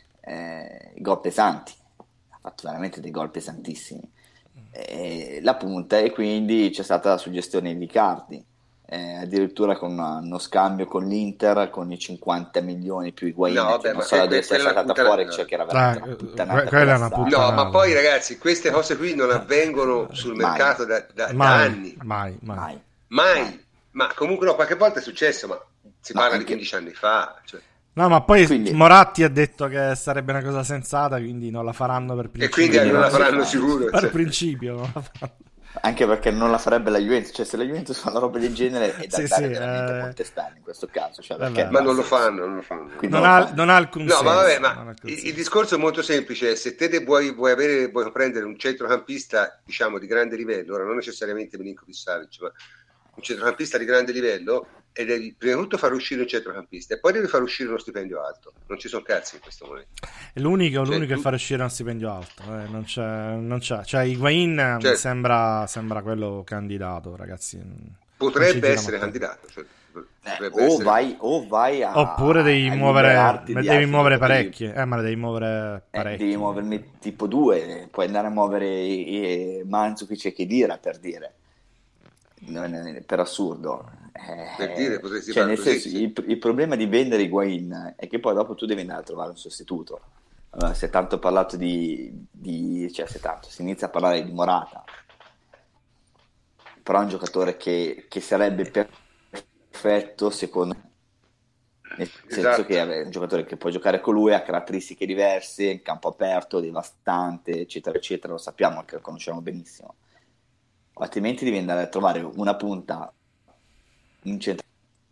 eh, gol pesanti, ha fatto veramente dei gol pesantissimi. Eh, la punta, e quindi c'è stata la suggestione di Icardi, eh, addirittura con una- uno scambio con l'Inter con i cinquanta milioni più Higuaín, No, che vabbè, non ma so da que- dove sia quella è una saltata puttana- fuori, cioè che era veramente Dai, una que- puttanata quella è una corazzata. puttana- No, ma poi ragazzi, queste cose qui non avvengono sul Mai. mercato da, da- da Mai, anni. mai, mai. Mai. Mai. Mai. Ma comunque no, qualche volta è successo, ma si Ma parla di anche- quindici anni fa. Cioè. No, ma poi Quindi- Moratti ha detto che sarebbe una cosa sensata, quindi non la faranno per E principio. quindi Quindi non la non si faranno fa. sicuro. Per cioè. principio non la faranno. Anche perché non la farebbe la Juventus, cioè se la Juventus fa una roba del genere è da Sì, andare sì, veramente eh. a Montespan in questo caso, cioè Vabbè. perché Ma ha non lo senso. fanno, non lo fanno. Quindi Non non lo ha, fanno. non ha alcun No, senso. ma vabbè, non ha ma alcun il, senso. il discorso è molto semplice. Se te de- vuoi, vuoi, avere, vuoi prendere un centrocampista, diciamo, di grande livello, ora non necessariamente Milinkovic-Savic, ma un centrocampista di grande livello, e devi prima di tutto far uscire un centrocampista e poi devi far uscire uno stipendio alto. Non ci sono cazzi in questo momento. È l'unico, Cioè, l'unico tu- che fa uscire uno stipendio alto. eh, non, c'è, non c'è. Cioè, Higuaín Certo. mi sembra, sembra quello candidato, ragazzi. Non ci Potrebbe gira essere Matteo. candidato. Cioè, Eh, potrebbe o, essere- vai, o vai a Oppure devi a muovere, liberarti di devi altri muovere giocatori. parecchie. Eh, ma le devi muovere Eh, parecchie. devi muoverne tipo due, puoi andare a muovere i- i Mandzukic e Khedira, per dire. Non è- per assurdo. Eh, Per dire, potresti cioè, fare nel così, senso, sì. il, il problema di vendere Higuaín è che poi dopo tu devi andare a trovare un sostituto. Allora, si è tanto parlato di, di cioè se tanto si inizia a parlare di Morata, però è un giocatore che, che sarebbe perfetto secondo me, nel senso Esatto. che è un giocatore che può giocare con lui, ha caratteristiche diverse, in campo aperto, devastante, eccetera eccetera, lo sappiamo, che lo conosciamo benissimo. Altrimenti devi andare a trovare una punta in centro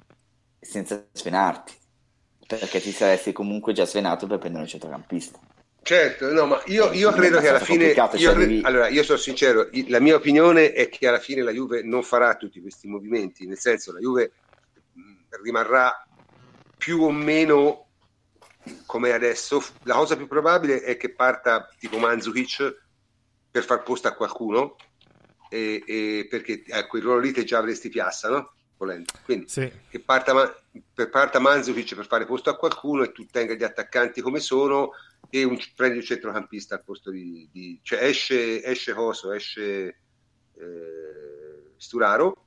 senza svenarti, perché ti saresti comunque già svenato per prendere un centrocampista. Certo, no, ma io, Eh, io quindi credo è che alla abbastanza fine complicato, io cioè cre- devi- allora io sono sincero, i- la mia opinione è che alla fine la Juve non farà tutti questi movimenti, nel senso la Juve mh, rimarrà più o meno come adesso. La cosa più probabile è che parta tipo Mandzukic per far posto a qualcuno, e, e perché a quel ruolo lì te già avresti Piazza, no? Volendo. Quindi Sì. che parta, Ma- per parta Mandzukic per fare posto a qualcuno e tu tenga gli attaccanti come sono e un, prendi un centrocampista al posto di, di cioè esce, esce Coso, esce eh, Sturaro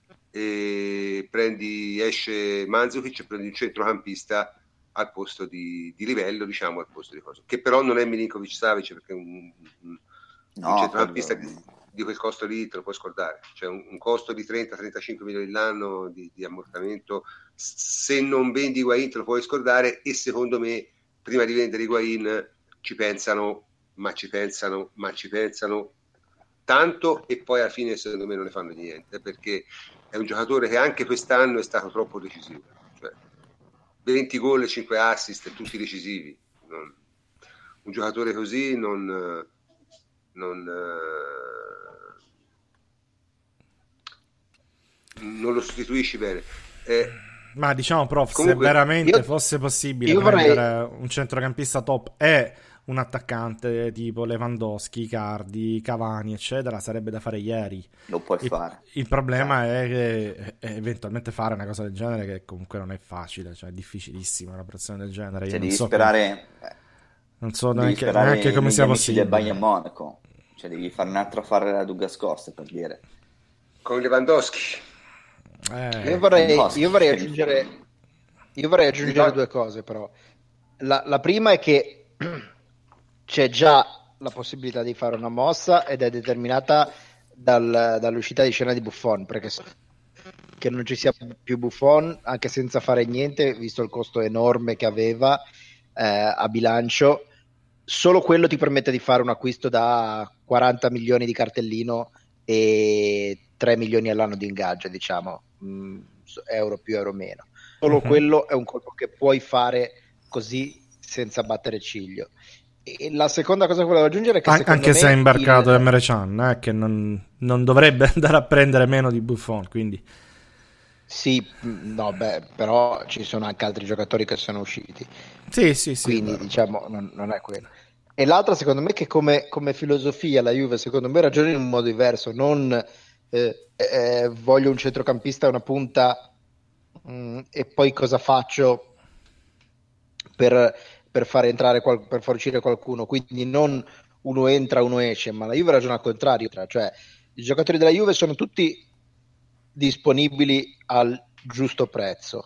e prendi, esce Mandzukic e prendi un centrocampista al posto di, di livello, diciamo, al posto di Coso, che però non è Milinkovic-Savic, perché un, un, No, un centrocampista quello- di, di quel costo lì te lo puoi scordare, cioè un, un costo di trenta trentacinque milioni l'anno di, di ammortamento, se non vendi Higuaín te lo puoi scordare, e secondo me prima di vendere Higuaín ci pensano, ma ci pensano, ma ci pensano tanto, e poi alla fine secondo me non ne fanno niente, perché è un giocatore che anche quest'anno è stato troppo decisivo, cioè venti gol e cinque assist tutti decisivi. Non, un giocatore così non non, eh, non lo sostituisci bene. Eh, Ma diciamo, prof, Comunque, se veramente io- fosse possibile io vorrei- prendere un centrocampista top e un attaccante tipo Lewandowski, Icardi, Cavani, eccetera, sarebbe da fare ieri. lo puoi Il, fare. il problema è che è eventualmente fare una cosa del genere, che comunque non è facile, cioè è difficilissima un'operazione del genere. Io Cioè, non devi so sperare, come, non so devi neanche, sperare neanche come negli sia amici del possibile. Bayern Monaco, cioè devi fare un altro affare alla Duga Scorse, per dire. con Lewandowski, Eh, Io vorrei, no, io vorrei sì. aggiungere, io vorrei aggiungere Sì, due cose, però. La, la prima è che c'è già la possibilità di fare una mossa ed è determinata dal- dall'uscita di scena di Buffon, perché so che non ci sia più Buffon, anche senza fare niente, visto il costo enorme che aveva eh, a bilancio, solo quello ti permette di fare un acquisto da quaranta milioni di cartellino e tre milioni all'anno di ingaggio, diciamo, mh, euro più euro meno. Solo Mhm. quello è un colpo che puoi fare così senza battere ciglio. E la seconda cosa che volevo aggiungere è che An- secondo anche me se è imbarcato il- Emre Can, eh, che non, non dovrebbe andare a prendere meno di Buffon, quindi Sì, no, beh, però ci sono anche altri giocatori che sono usciti. Sì, sì, sì. Quindi, diciamo, non, non è quello. E l'altra, secondo me, che come, come filosofia la Juve, secondo me, ragiona in un modo diverso. Non eh, eh, voglio un centrocampista e una punta mh, e poi cosa faccio per, per far entrare, qual- per far uscire qualcuno. Quindi non uno entra, uno esce, ma la Juve ragiona al contrario. Cioè, i giocatori della Juve sono tutti disponibili al giusto prezzo.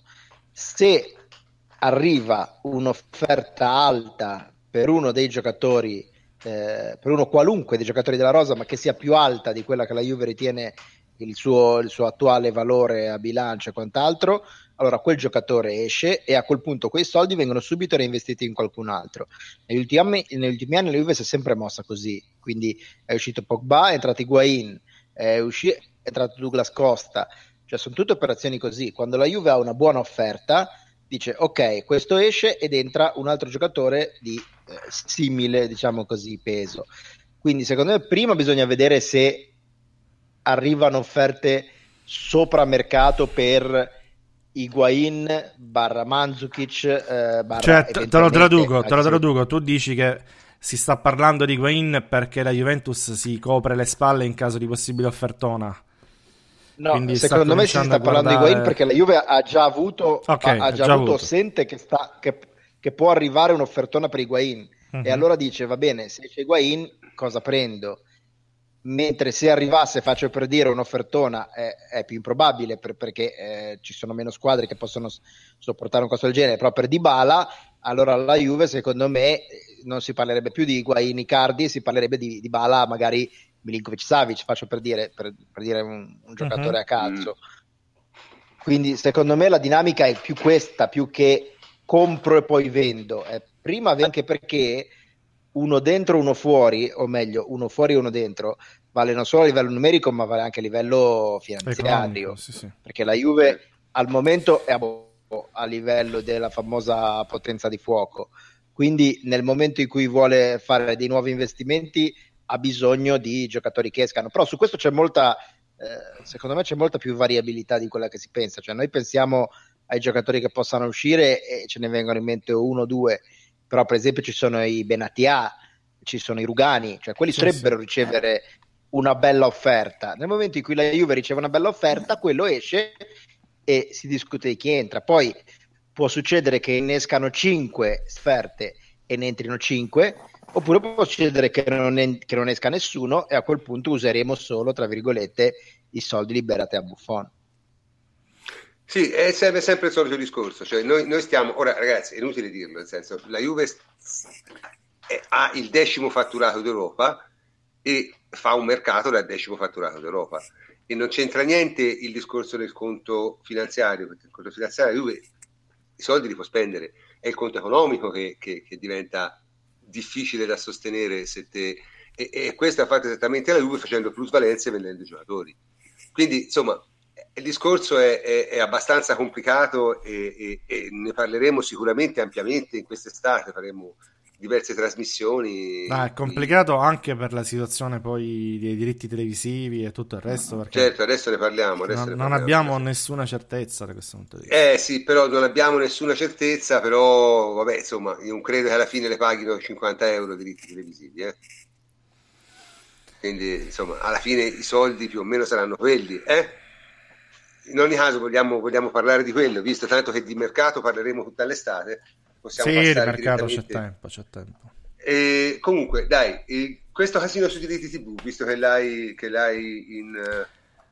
Se arriva un'offerta alta per uno dei giocatori, eh, per uno qualunque dei giocatori della rosa, ma che sia più alta di quella che la Juve ritiene il suo, il suo attuale valore a bilancio e quant'altro, allora quel giocatore esce e a quel punto quei soldi vengono subito reinvestiti in qualcun altro. Negli ultimi anni, negli ultimi anni la Juve si è sempre mossa così, quindi è uscito Pogba, è entrato Higuain, è, usci- è entrato Douglas Costa, cioè sono tutte operazioni così. Quando la Juve ha una buona offerta dice ok, questo esce ed entra un altro giocatore di eh, simile, diciamo così, peso. Quindi secondo me prima bisogna vedere se arrivano offerte sopra mercato per Higuain barra Mandzukic eh, barra Cioè, te te lo traduco, te lo se... traduco. Tu dici che si sta parlando di Higuain perché la Juventus si copre le spalle in caso di possibile offertona. No, Quindi secondo me si sta parlando di Higuain perché la Juve ha già avuto, okay, ha, ha già, già avuto, avuto. sente che, sta, che, che può arrivare un'offertona per Higuain. Uh-huh. E allora dice, va bene, se c'è Higuain, cosa prendo? Mentre se arrivasse, faccio per dire, un'offertona è, è più improbabile per, perché eh, ci sono meno squadre che possono sopportare un costo del genere, però per Dybala, allora la Juve secondo me non si parlerebbe più di Higuain, Icardi, si parlerebbe di Dybala magari Milinkovic-Savic, faccio per dire, per, per dire un, un giocatore uh-huh. a calcio. Quindi secondo me la dinamica è più questa, più che compro e poi vendo. È prima anche perché uno dentro, uno fuori, o meglio, uno fuori e uno dentro, vale non solo a livello numerico, ma vale anche a livello finanziario. Sì, sì. Perché la Juve al momento è a livello della famosa potenza di fuoco. Quindi nel momento in cui vuole fare dei nuovi investimenti ha bisogno di giocatori che escano. Però su questo c'è molta, eh, secondo me c'è molta più variabilità di quella che si pensa. Cioè noi pensiamo ai giocatori che possano uscire e ce ne vengono in mente uno o due, però per esempio ci sono i Benatia, ci sono i Rugani, cioè quelli sì, potrebbero sì. ricevere una bella offerta. Nel momento in cui la Juve riceve una bella offerta, quello esce e si discute di chi entra. Poi può succedere che innescano cinque offerte e ne entrino cinque, oppure può succedere che non, en- che non esca nessuno e a quel punto useremo solo, tra virgolette, i soldi liberati a Buffon. Sì, è sempre, sempre il solito discorso, cioè noi, noi stiamo, ora ragazzi è inutile dirlo, nel senso la Juve è, ha il decimo fatturato d'Europa e fa un mercato dal decimo fatturato d'Europa e non c'entra niente il discorso del conto finanziario, perché il conto finanziario la Juve i soldi li può spendere, è il conto economico che, che, che diventa difficile da sostenere se te, e, e questo ha fatto esattamente la Juve facendo plusvalenze e vendendo i giocatori, quindi insomma il discorso è, è, è abbastanza complicato e, e, e ne parleremo sicuramente ampiamente in quest'estate, faremo diverse trasmissioni. Ah, è complicato qui. Anche per la situazione poi dei diritti televisivi e tutto il resto, perché certo, adesso ne parliamo adesso non, ne non parliamo, abbiamo adesso. nessuna certezza da questo punto di vista. Eh sì, però non abbiamo nessuna certezza, però vabbè insomma io non credo che alla fine le paghino cinquanta euro i diritti televisivi, eh? Quindi insomma alla fine i soldi più o meno saranno quelli, eh? In ogni caso vogliamo, vogliamo parlare di quello, visto tanto che di mercato parleremo tutta l'estate, possiamo sì, passare di mercato direttamente. c'è tempo, c'è tempo. E comunque dai, e questo casino sui diritti tivù, visto che l'hai, che l'hai in,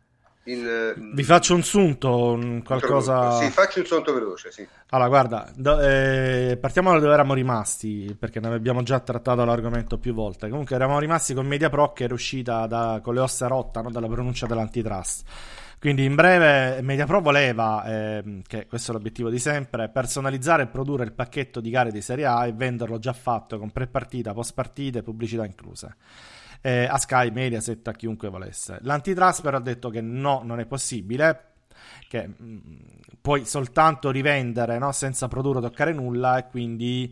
in vi faccio un sunto, qualcosa. Sì, faccio un sunto veloce, sì. Allora guarda, do, eh, partiamo da dove eravamo rimasti, perché ne abbiamo già trattato l'argomento più volte. Comunque eravamo rimasti con Mediapro che era uscita da, con le ossa rotta, no? Dalla pronuncia dell'antitrust. Quindi in breve Mediapro voleva, eh, che questo è l'obiettivo di sempre, personalizzare e produrre il pacchetto di gare di Serie A e venderlo già fatto con pre-partita, post-partite e pubblicità incluse. Eh, a Sky, Mediaset, a chiunque volesse. L'antitrust però ha detto che no, non è possibile, che mh, puoi soltanto rivendere, no, senza produrre o toccare nulla, e quindi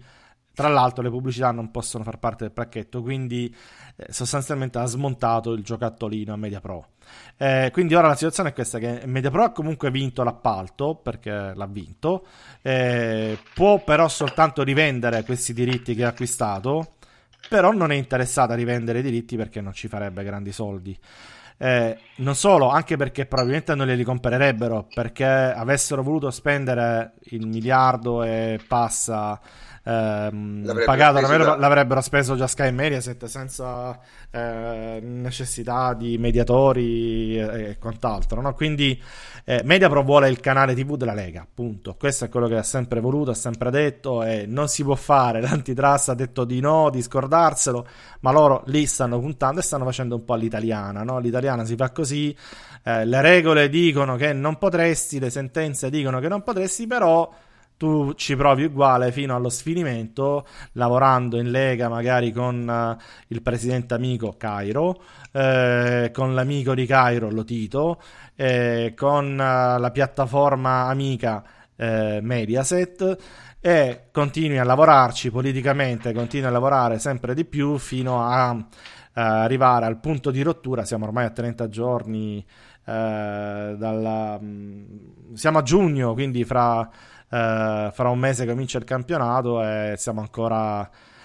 Tra l'altro le pubblicità non possono far parte del pacchetto, quindi eh, sostanzialmente ha smontato il giocattolino a MediaPro. Eh, quindi ora la situazione è questa, che MediaPro ha comunque vinto l'appalto, perché l'ha vinto, eh, può però soltanto rivendere questi diritti che ha acquistato, però non è interessata a rivendere i diritti perché non ci farebbe grandi soldi. Eh, non solo, anche perché probabilmente non li ricomprerebbero, perché avessero voluto spendere il miliardo e passa ehm, L'avrebbero pagato, speso l'avrebbero, da- l'avrebbero speso già Sky e Mediaset senza eh, necessità di mediatori e, e quant'altro, no? Quindi eh, MediaPro vuole il canale tivù della Lega, punto. Questo è quello che ha sempre voluto, ha sempre detto, e non si può fare. L'antitrust ha detto di no, di scordarselo, ma loro lì stanno puntando e stanno facendo un po' all'italiana, no? L'italiana si fa così, eh, le regole dicono che non potresti, le sentenze dicono che non potresti, però tu ci provi uguale fino allo sfinimento, lavorando in Lega magari con uh, il presidente amico Cairo, eh, con l'amico di Cairo Lotito, eh, con uh, la piattaforma amica eh, Mediaset, e continui a lavorarci politicamente, continui a lavorare sempre di più fino a uh, arrivare al punto di rottura. Siamo ormai a trenta giorni, eh, dalla, mh, siamo a giugno, quindi fra... Uh, fra un mese comincia il campionato e siamo ancora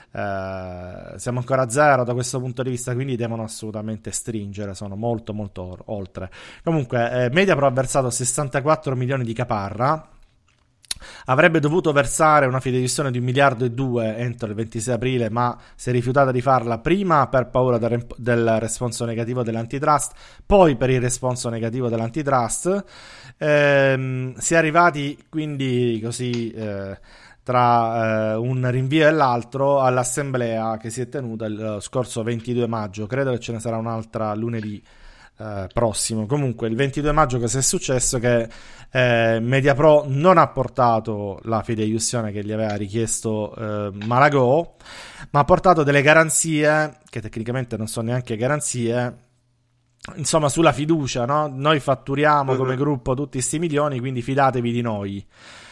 uh, siamo ancora a zero da questo punto di vista, quindi devono assolutamente stringere, sono molto molto or- oltre. Comunque eh, MediaPro ha versato sessantaquattro milioni di caparra, avrebbe dovuto versare una fideiussione di un miliardo e due entro il ventisei aprile, ma si è rifiutata di farla, prima per paura del, rem- del responso negativo dell'antitrust, poi per il responso negativo dell'antitrust. Ehm, si è arrivati quindi così eh, tra eh, un rinvio e l'altro all'assemblea che si è tenuta il scorso ventidue maggio. Credo che ce ne sarà un'altra lunedì eh, prossimo. Comunque il ventidue maggio cosa è successo? Che eh, MediaPro non ha portato la fideiussione che gli aveva richiesto eh, Malagò, ma ha portato delle garanzie che tecnicamente non sono neanche garanzie, insomma, sulla fiducia, no? Noi fatturiamo come uh-huh. gruppo tutti sti milioni, quindi fidatevi di noi.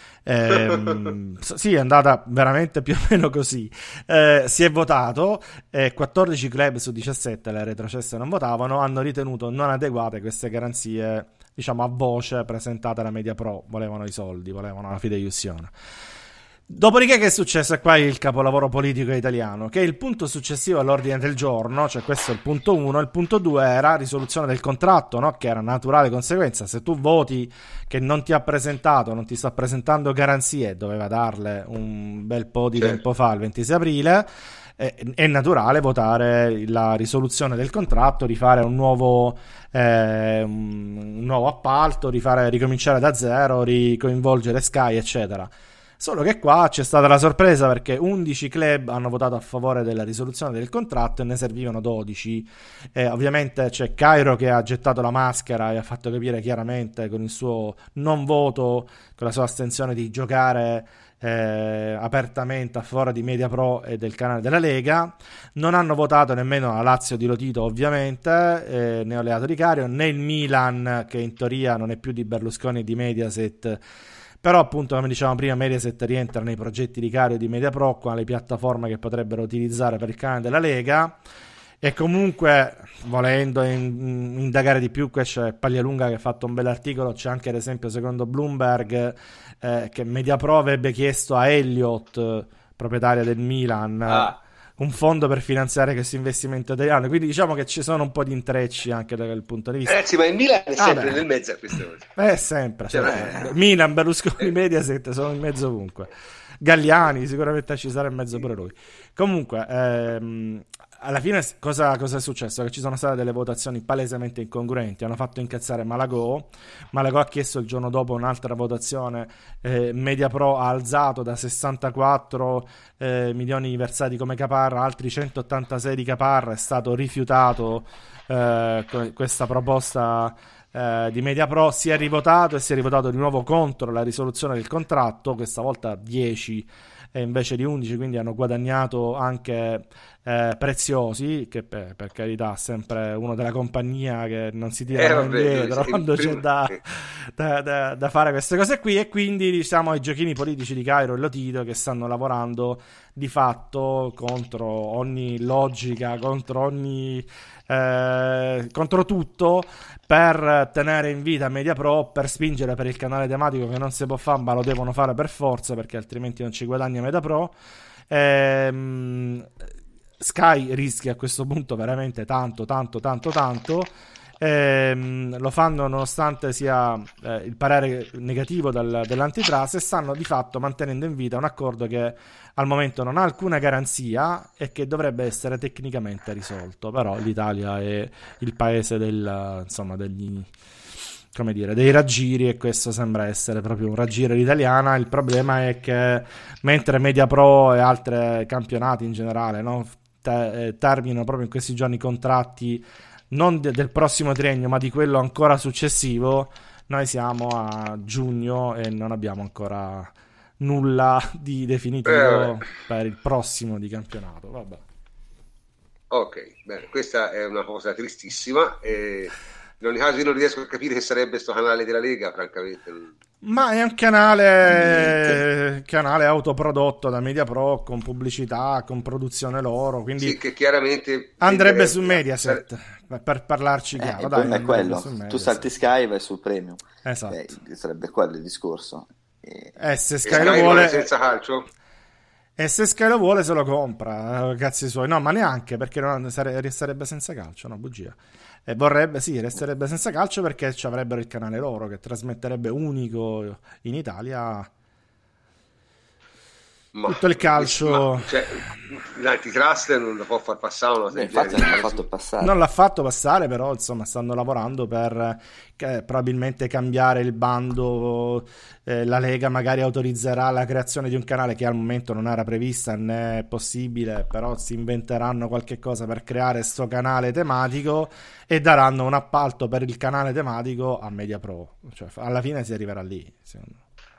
Eh, sì, è andata veramente più o meno così. Eh, si è votato, eh, quattordici club su diciassette, le retrocesse non votavano, hanno ritenuto non adeguate queste garanzie, diciamo a voce, presentate da MediaPro. Volevano i soldi, volevano la fideiussione. Dopodiché che è successo? E qua è il capolavoro politico italiano, che è il punto successivo all'ordine del giorno, cioè questo è il punto uno. Il punto due era risoluzione del contratto, no? Che era naturale conseguenza. Se tu voti che non ti ha presentato, non ti sta presentando garanzie, doveva darle un bel po' di certo. tempo fa, il ventisei aprile, eh, è naturale votare la risoluzione del contratto, rifare un nuovo eh, un nuovo appalto, rifare, ricominciare da zero, ricoinvolgere Sky, eccetera. Solo che qua c'è stata la sorpresa, perché undici club hanno votato a favore della risoluzione del contratto e ne servivano dodici. Eh, ovviamente c'è Cairo che ha gettato la maschera e ha fatto capire chiaramente con il suo non voto, con la sua astensione, di giocare eh, apertamente a favore di MediaPro e del canale della Lega. Non hanno votato nemmeno la Lazio di Lotito, ovviamente, eh, né Oleato di Cario, né il Milan, che in teoria non è più di Berlusconi e di Mediaset. Però appunto, come dicevamo prima, Mediaset rientra nei progetti di Cario di MediaPro, con le piattaforme che potrebbero utilizzare per il canale della Lega. E comunque, volendo in, indagare di più, qui c'è Paglialunga che ha fatto un bell'articolo. C'è anche, ad esempio, secondo Bloomberg, eh, che MediaPro avrebbe chiesto a Elliott, proprietaria del Milan, ah. un fondo per finanziare questo investimento italiano. Quindi diciamo che ci sono un po' di intrecci anche da quel punto di vista. Ragazzi, ma il Milan è sempre ah, nel mezzo a queste cose. È sempre, cioè, cioè, Milan, Berlusconi, Mediaset sono in mezzo ovunque. Galliani sicuramente ci sarà in mezzo pure lui. Comunque ehm, alla fine cosa, cosa è successo? Che ci sono state delle votazioni palesemente incongruenti, hanno fatto incazzare Malagò. Malagò ha chiesto il giorno dopo un'altra votazione, eh, MediaPro ha alzato da sessantaquattro eh, milioni versati come caparra, altri centottantasei di caparra. È stato rifiutato eh, questa proposta eh, di MediaPro, si è rivotato e si è rivotato di nuovo contro la risoluzione del contratto, questa volta dieci e invece di undici, quindi hanno guadagnato anche eh, Preziosi, che per, per carità sempre uno della compagnia che non si tira eh, indietro quando c'è da, da, da, da fare queste cose qui. E quindi diciamo ai giochini politici di Cairo e Lotito che stanno lavorando di fatto contro ogni logica, contro ogni eh, contro tutto, per tenere in vita Mediapro, per spingere per il canale tematico che non si può fare, ma lo devono fare per forza perché altrimenti non ci guadagna Mediapro. Ehm, Sky rischia a questo punto veramente tanto, tanto, tanto, tanto. Ehm, lo fanno nonostante sia eh, il parere negativo dal, dell'antitrust, e stanno di fatto mantenendo in vita un accordo che al momento non ha alcuna garanzia e che dovrebbe essere tecnicamente risolto. Però l'Italia è il paese del, insomma, degli, come dire, dei raggiri, e questo sembra essere proprio un raggiro all'italiana. Il problema è che mentre Mediapro e altri campionati in generale, no, te, terminano proprio in questi giorni contratti non de- del prossimo triennio ma di quello ancora successivo, noi siamo a giugno e non abbiamo ancora nulla di definitivo eh, per il prossimo di campionato. Vabbè. Ok, bene, questa è una cosa tristissima e in ogni caso io non riesco a capire che sarebbe questo canale della Lega, francamente. Ma è un canale canale autoprodotto da Mediapro, con pubblicità, con produzione loro, quindi sì, che chiaramente andrebbe su Mediaset, sare... per parlarci chiaro. Eh, dai, è quello, tu salti Sky e vai sul premium. Esatto. Eh, sarebbe quello il discorso. E... Eh, se Sky, Sky lo vuole senza calcio? E se Sky lo vuole se lo compra, cazzi suoi. No, ma neanche, perché non sare... resterebbe senza calcio, no, bugia. E vorrebbe, sì, resterebbe senza calcio perché ci avrebbero il canale loro che trasmetterebbe unico in Italia ma, tutto il calcio. Ma, cioè, l'antitrust non lo può far passare una eh, infatti non l'ha fatto passare. Non l'ha fatto passare, però insomma stanno lavorando per eh, probabilmente cambiare il bando. Eh, la Lega magari autorizzerà la creazione di un canale che al momento non era prevista né è possibile, però si inventeranno qualche cosa per creare sto canale tematico e daranno un appalto per il canale tematico a Mediapro. Cioè, alla fine si arriverà lì, secondo me.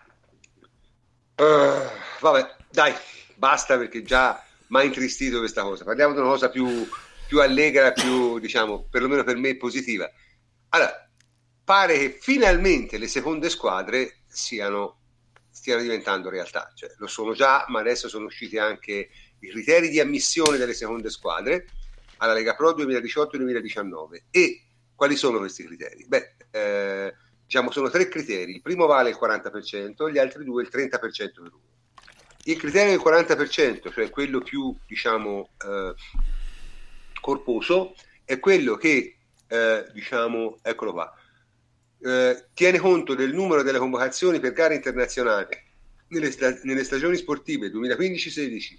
Uh, vabbè, dai, basta perché già mi ha intristito questa cosa. Parliamo di una cosa più, più allegra, più, diciamo, perlomeno per me positiva. Allora, pare che finalmente le seconde squadre siano, stiano diventando realtà. Cioè, lo sono già, ma adesso sono usciti anche i criteri di ammissione delle seconde squadre alla Lega Pro duemiladiciotto duemiladiciannove. E quali sono questi criteri? Beh, eh, diciamo sono tre criteri. Il primo vale il quaranta per cento, gli altri due il trenta per cento per uno. Il criterio del quaranta per cento, cioè quello più, diciamo, eh, corposo, è quello che, eh, diciamo, eccolo qua, eh, tiene conto del numero delle convocazioni per gare internazionali nelle, sta- nelle stagioni sportive duemilaquindici sedici,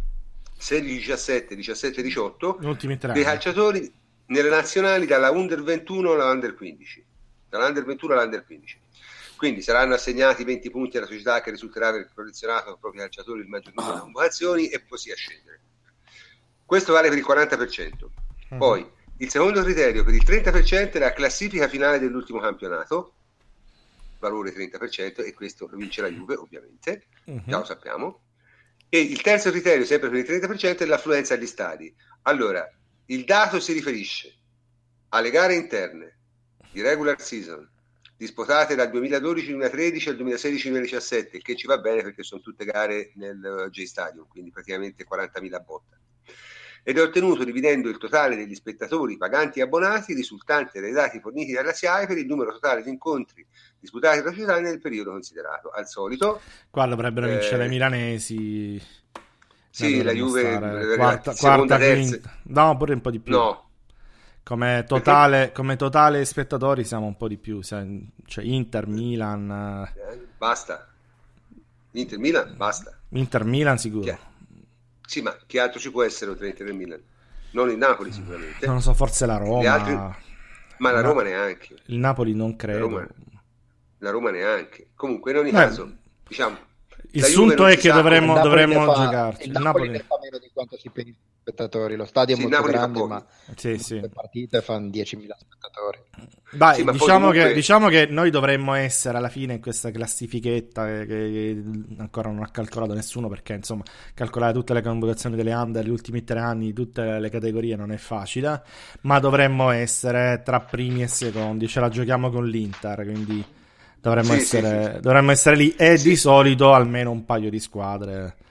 sedici diciassette, diciassette diciotto, dei calciatori nelle nazionali dalla under ventuno alla under quindici. Dall'Under ventuno all'Under quindici. Quindi saranno assegnati venti punti alla società che risulterà aver collezionato ai propri calciatori il maggior numero di convocazioni e così a scendere. Questo vale per il quaranta per cento. Uh-huh. Poi il secondo criterio per il trenta per cento è la classifica finale dell'ultimo campionato, valore trenta per cento, e questo vince la Juve ovviamente, uh-huh. Già lo sappiamo. E il terzo criterio, sempre per il trenta per cento, è l'affluenza agli stadi. Allora, il dato si riferisce alle gare interne di regular season disputate dal duemiladodici duemilatredici al duemilasedici duemiladiciassette, che ci va bene perché sono tutte gare nel J-Stadium, quindi praticamente quarantamila botta, ed è ottenuto dividendo il totale degli spettatori paganti e abbonati risultante dai dati forniti dalla S I A E per il numero totale di incontri disputati dalla società nel periodo considerato. Al solito qua dovrebbero eh, vincere i milanesi, sì, la Juve quarta, quarta quinta, no, pure un po' di più, no. Come totale, come totale spettatori siamo un po' di più, cioè Inter, Milan, basta. Inter, Milan, basta. Inter, Milan sicuro. Chi sì, ma che altro ci può essere oltre Inter e Milan? Non il Napoli sicuramente. Non lo so, forse la Roma. Altri... Ma la Roma neanche. Il Napoli non credo. La Roma, la Roma neanche. Comunque in ogni Beh, caso, diciamo, il sunto è che dovremmo, dovremmo fa, giocarci. Il Napoli, Napoli fa meno di quanto si pensa. Spettatori, lo stadio è sì, molto grande, ma sì, sì. le partite fanno diecimila spettatori. Dai, sì, diciamo, comunque... che, diciamo che noi dovremmo essere alla fine in questa classifichetta che, che ancora non ha calcolato nessuno, perché insomma calcolare tutte le convocazioni delle under gli ultimi tre anni, tutte le categorie non è facile, ma dovremmo essere tra primi e secondi, ce la giochiamo con l'Inter, quindi dovremmo, sì, essere, sì, sì. dovremmo essere lì, e sì. Di solito almeno un paio di squadre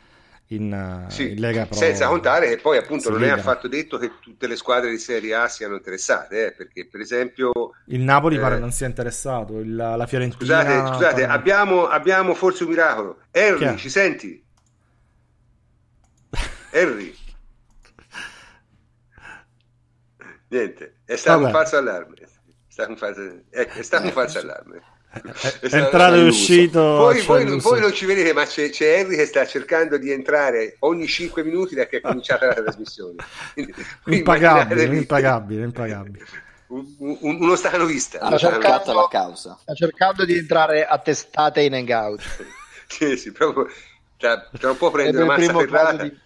in, sì, in Lega Pro. Senza contare che poi appunto non è Ligano. affatto detto che tutte le squadre di Serie A siano interessate, eh, perché per esempio il Napoli eh, pare non sia interessato, il, la Fiorentina. Scusate, scusate pare... abbiamo, abbiamo forse un miracolo. Henry, ci senti? Henry? Niente, è stato Vabbè. un falso allarme. È stato un falso, ecco, è stato un falso allarme. È, è entrato e uscito. Voi, voi, voi non ci vedete, ma c'è, c'è Henry che sta cercando di entrare ogni cinque minuti da che è cominciata la trasmissione. Quindi, impagabile, impagabile, impagabile. Un, un, uno stacanovista. Ha cercato la causa. Sta cercando di entrare a testate in hangout. Sì, sì, proprio tra, tra un po' prende una mazza ferrata. Di...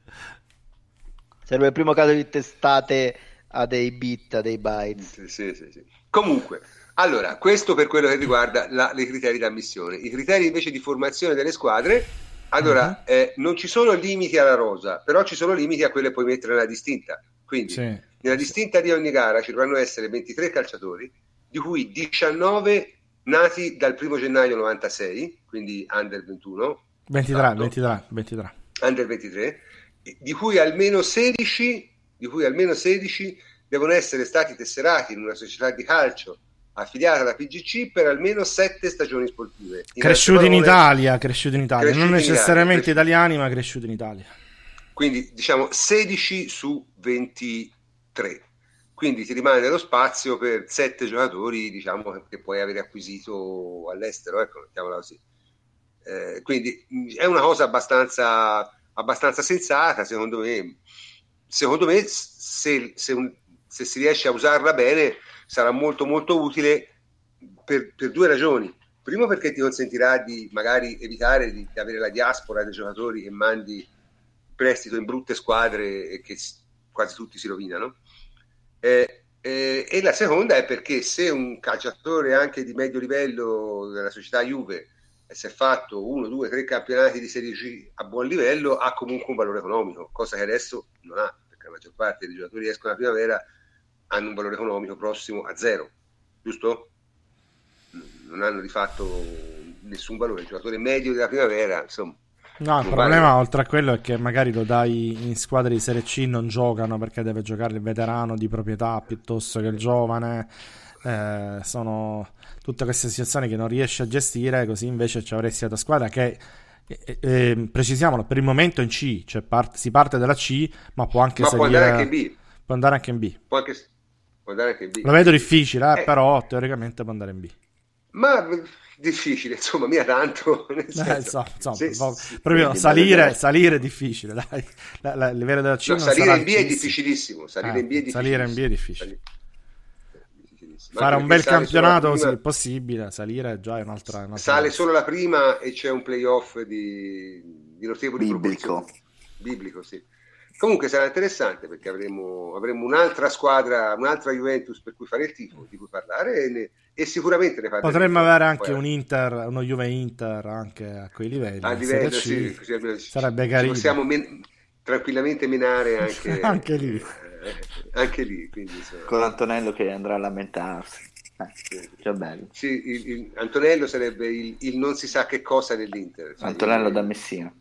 Sarebbe il primo caso di testate a dei bit, a dei bytes. Sì, sì, sì, sì. Comunque, allora, questo per quello che riguarda la, i criteri di ammissione. I criteri invece di formazione delle squadre, allora, uh-huh. eh, non ci sono limiti alla rosa, però ci sono limiti a quelle che puoi mettere nella distinta. Quindi, sì, nella sì. distinta di ogni gara ci dovranno essere ventitré calciatori, di cui diciannove nati dal primo gennaio novantasei, quindi under ventuno. ventitré, ventitré, ventitré. Under ventitré, di cui almeno sedici, di cui almeno sedici devono essere stati tesserati in una società di calcio affiliata alla P G C per almeno sette stagioni sportive. In cresciuti in Italia, cresciuti in Italia, cresciuti non necessariamente in Italia, italiani, ma cresciuti in Italia. Quindi diciamo sedici su ventitré. Quindi ti rimane lo spazio per sette giocatori, diciamo, che puoi avere acquisito all'estero, ecco, mettiamola così. Eh, quindi è una cosa abbastanza, abbastanza sensata, secondo me. Secondo me, se, se, un, se si riesce a usarla bene, sarà molto molto utile per, per due ragioni. Primo, perché ti consentirà di magari evitare di, di avere la diaspora dei giocatori che mandi prestito in brutte squadre e che quasi tutti si rovinano. Eh, eh, e la seconda è perché se un calciatore anche di medio livello della società Juve si è fatto uno, due, tre campionati di Serie C a buon livello, ha comunque un valore economico, cosa che adesso non ha, perché la maggior parte dei giocatori che escono alla primavera hanno un valore economico prossimo a zero, giusto? Non hanno di fatto nessun valore. Il giocatore medio della primavera, insomma. No, il problema vale. Oltre a quello è che magari lo dai in squadre di Serie C, non giocano perché deve giocare il veterano di proprietà piuttosto che il giovane. Eh, sono tutte queste situazioni che non riesci a gestire, così invece ci avresti la squadra che eh, eh, precisiamolo, per il momento in C, cioè part- si parte dalla C, ma può anche ma salire, può andare anche in B, può andare anche in B, può anche, può andare anche in B. Lo vedo difficile, eh, eh. però teoricamente può andare in B. Ma difficile, insomma, mica tanto. Nel senso, eh, so, so, se, so, se, proprio salire, salire è difficile, dai. La, la, il livello della C no, non salire sarà in B è difficilissimo. Salire eh, in B è difficilissimo. Salire in B è difficile. difficilissimo. Fare un bel campionato prima, sì, possibile, salire già è un'altra, un'altra sale cosa. Solo la prima e c'è un playoff di, di notevoli biblico. Biblico, sì. Comunque sarà interessante perché avremo, avremo un'altra squadra, un'altra Juventus per cui fare il tifo, di cui parlare e, ne, e sicuramente ne parleremo. Potremmo avere anche Poi, un Inter, uno Juve Inter anche a quei livelli. A livello, sì, così almeno sarebbe carino. Possiamo men- tranquillamente menare anche, anche lì. Eh, anche lì. Quindi, insomma, con Antonello che andrà a lamentarsi. Eh, sì. Che bello. Sì, il, il, Antonello sarebbe il, il non si sa che cosa dell'Inter. Cioè Antonello il, da Messina.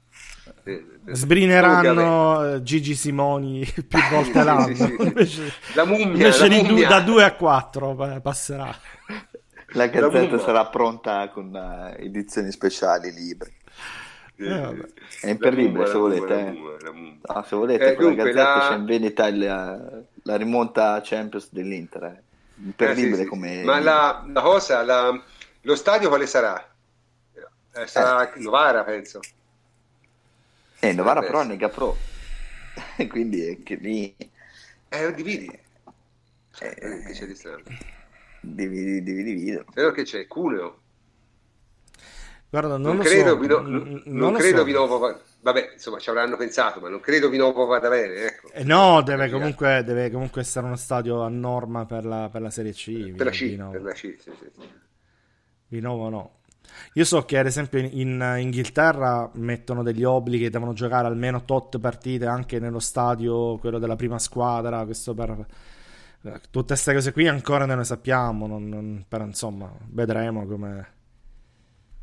Sbrineranno Gigi Simoni più volte l'anno. Sì, sì, sì. Invece, la mummia, invece la di mummia. Du, da due a quattro passerà. La Gazzetta sarà pronta con uh, edizioni speciali, libri. Eh, è imperdibile se volete. La mumma, la mumma. No, se volete, eh, con dunque, la Gazzetta la... c'è in vendita il, la rimonta Champions dell'Inter. Eh. Imperdibile eh, sì, come. Sì. Ma la, la cosa, la... lo stadio quale sarà? Eh, sarà eh. Novara, penso. Eh, Novara però è Lega Pro. Quindi è che lì. Eh, dividi. Eh, che c'è di strano? Dividi, dividi, dividi. Però che c'è? Cuneo? Guarda, non, non lo credo, so. Vino, non, non, non credo so. Vinovo, vabbè, insomma, ci avranno pensato, ma non credo Vinovo vada bene, ecco. Eh no, deve comunque, deve comunque essere uno stadio a norma per la, per la Serie C. Per la C, Vinovo. per la C, sì, sì. Vinovo no. Io so che ad esempio in, in Inghilterra mettono degli obblighi che devono giocare almeno tot partite anche nello stadio, quello della prima squadra, questo per tutte queste cose qui ancora non ne sappiamo, non, non, però insomma vedremo come.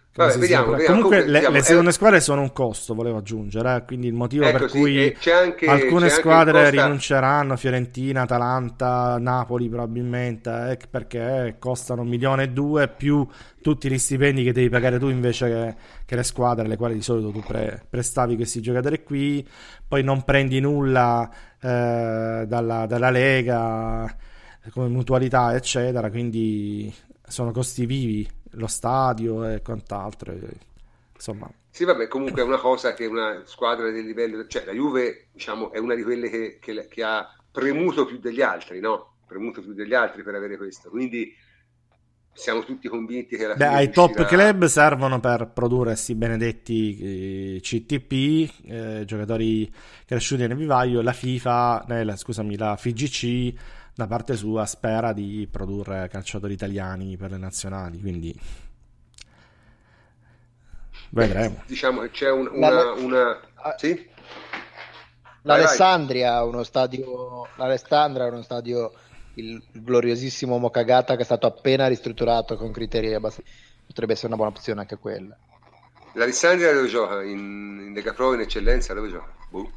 Vabbè, vediamo, sempre... vediamo, comunque, comunque le, diciamo, le seconde è... squadre sono un costo, volevo aggiungere, eh? Quindi il motivo ecco, per sì, cui c'è anche, alcune c'è squadre anche costa... rinunceranno, Fiorentina, Atalanta, Napoli probabilmente, eh, perché costano un milione e due più tutti gli stipendi che devi pagare tu invece che, che le squadre alle quali di solito tu pre, prestavi questi giocatori qui, poi non prendi nulla eh, dalla, dalla Lega come mutualità eccetera, quindi sono costi vivi lo stadio e quant'altro, insomma. Sì, vabbè, comunque è una cosa che una squadra del livello, cioè la Juve, diciamo, è una di quelle che, che, che ha premuto più degli altri, no? Premuto più degli altri per avere questo, quindi siamo tutti convinti che alla Beh, fine ai riuscirà... top club servono per produrre questi benedetti eh, C T P, eh, giocatori cresciuti nel vivaio. La FIFA, eh, la, scusami, la F G C da parte sua spera di produrre calciatori italiani per le nazionali, quindi vedremo. Eh, diciamo che c'è un, una, La- una... Sì? L'Alessandria ha uno stadio, l'Alessandria è uno stadio, il gloriosissimo Mokagata, che è stato appena ristrutturato con criteri abbastanza, potrebbe essere una buona opzione anche quella. L'Alessandria dove gioca? In, in Lega Pro, in eccellenza, dove gioca? Boh.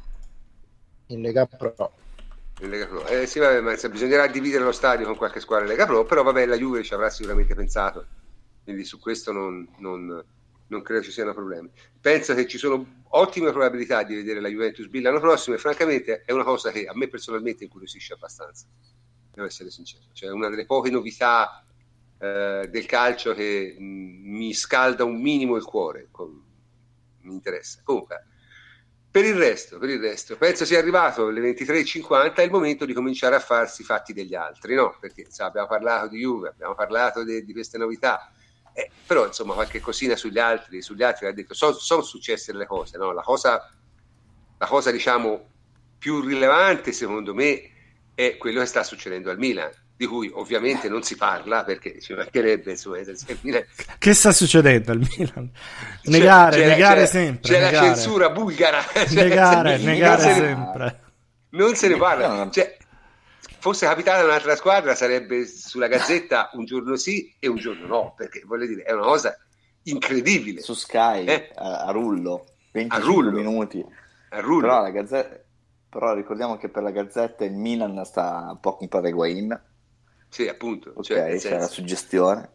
In Lega Pro. In Lega Pro. Eh sì, vabbè, ma se bisognerà dividere lo stadio con qualche squadra in Lega Pro, però vabbè, la Juve ci avrà sicuramente pensato, quindi su questo non, non, non credo ci siano problemi. Penso che ci sono ottime probabilità di vedere la Juventus B l'anno prossimo e francamente è una cosa che a me personalmente incuriosisce abbastanza, devo essere sincero, cioè una delle poche novità eh, del calcio che mh, mi scalda un minimo il cuore, con, mi interessa. Comunque per il resto, per il resto, penso sia arrivato alle ventitré e cinquanta, è il momento di cominciare a farsi i fatti degli altri, no? Perché sa, abbiamo parlato di Juve, abbiamo parlato de, di queste novità, eh, però insomma qualche cosina sugli altri, sugli altri ha detto, sono son successe delle cose, no? La cosa, la cosa diciamo più rilevante secondo me è quello che sta succedendo al Milan, di cui ovviamente non si parla perché ci mancherebbe insomma, il Milan... Che sta succedendo al Milan? Negare, c'è, negare c'è, sempre. C'è negare. la censura bulgara. Cioè, negare, se, negare non sempre. Ne, non se ne parla. Cioè, fosse capitata un'altra squadra sarebbe sulla Gazzetta un giorno sì e un giorno no, perché voglio dire, è una cosa incredibile. Su Sky, eh? a, a rullo, venticinque a rullo. minuti. A rullo. Però, la Gazzetta, però ricordiamo che per la Gazzetta il Milan sta poco in comprare Higuain. Sì, appunto. Ok, cioè, c'è la suggestione.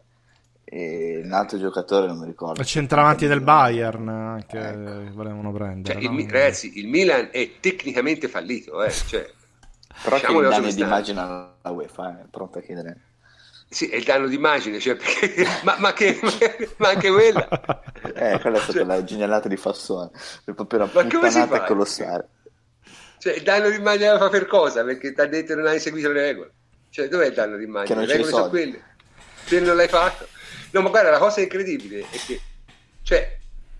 E un altro giocatore non mi ricordo. Il centravanti del Bayern anche ecco. volevano prendere. Cioè, no? il, ragazzi, il Milan è tecnicamente fallito, eh? Cioè, però diciamo che il danno di immagine alla UEFA è pronta a chiedere. Sì, è il danno d'immagine, cioè, perché, ma, ma, che, ma anche quella. Eh, quella è stata cioè, la genialata di Fassone, è proprio una ma puttanata colossale. Cioè, il danno d'immagine la fa per cosa? Perché ti ha detto che non hai seguito le regole. Cioè, dov'è il danno d'immagine? Le regole sono quelle. Se non l'hai fatto... No, ma guarda, la cosa incredibile è che, cioè,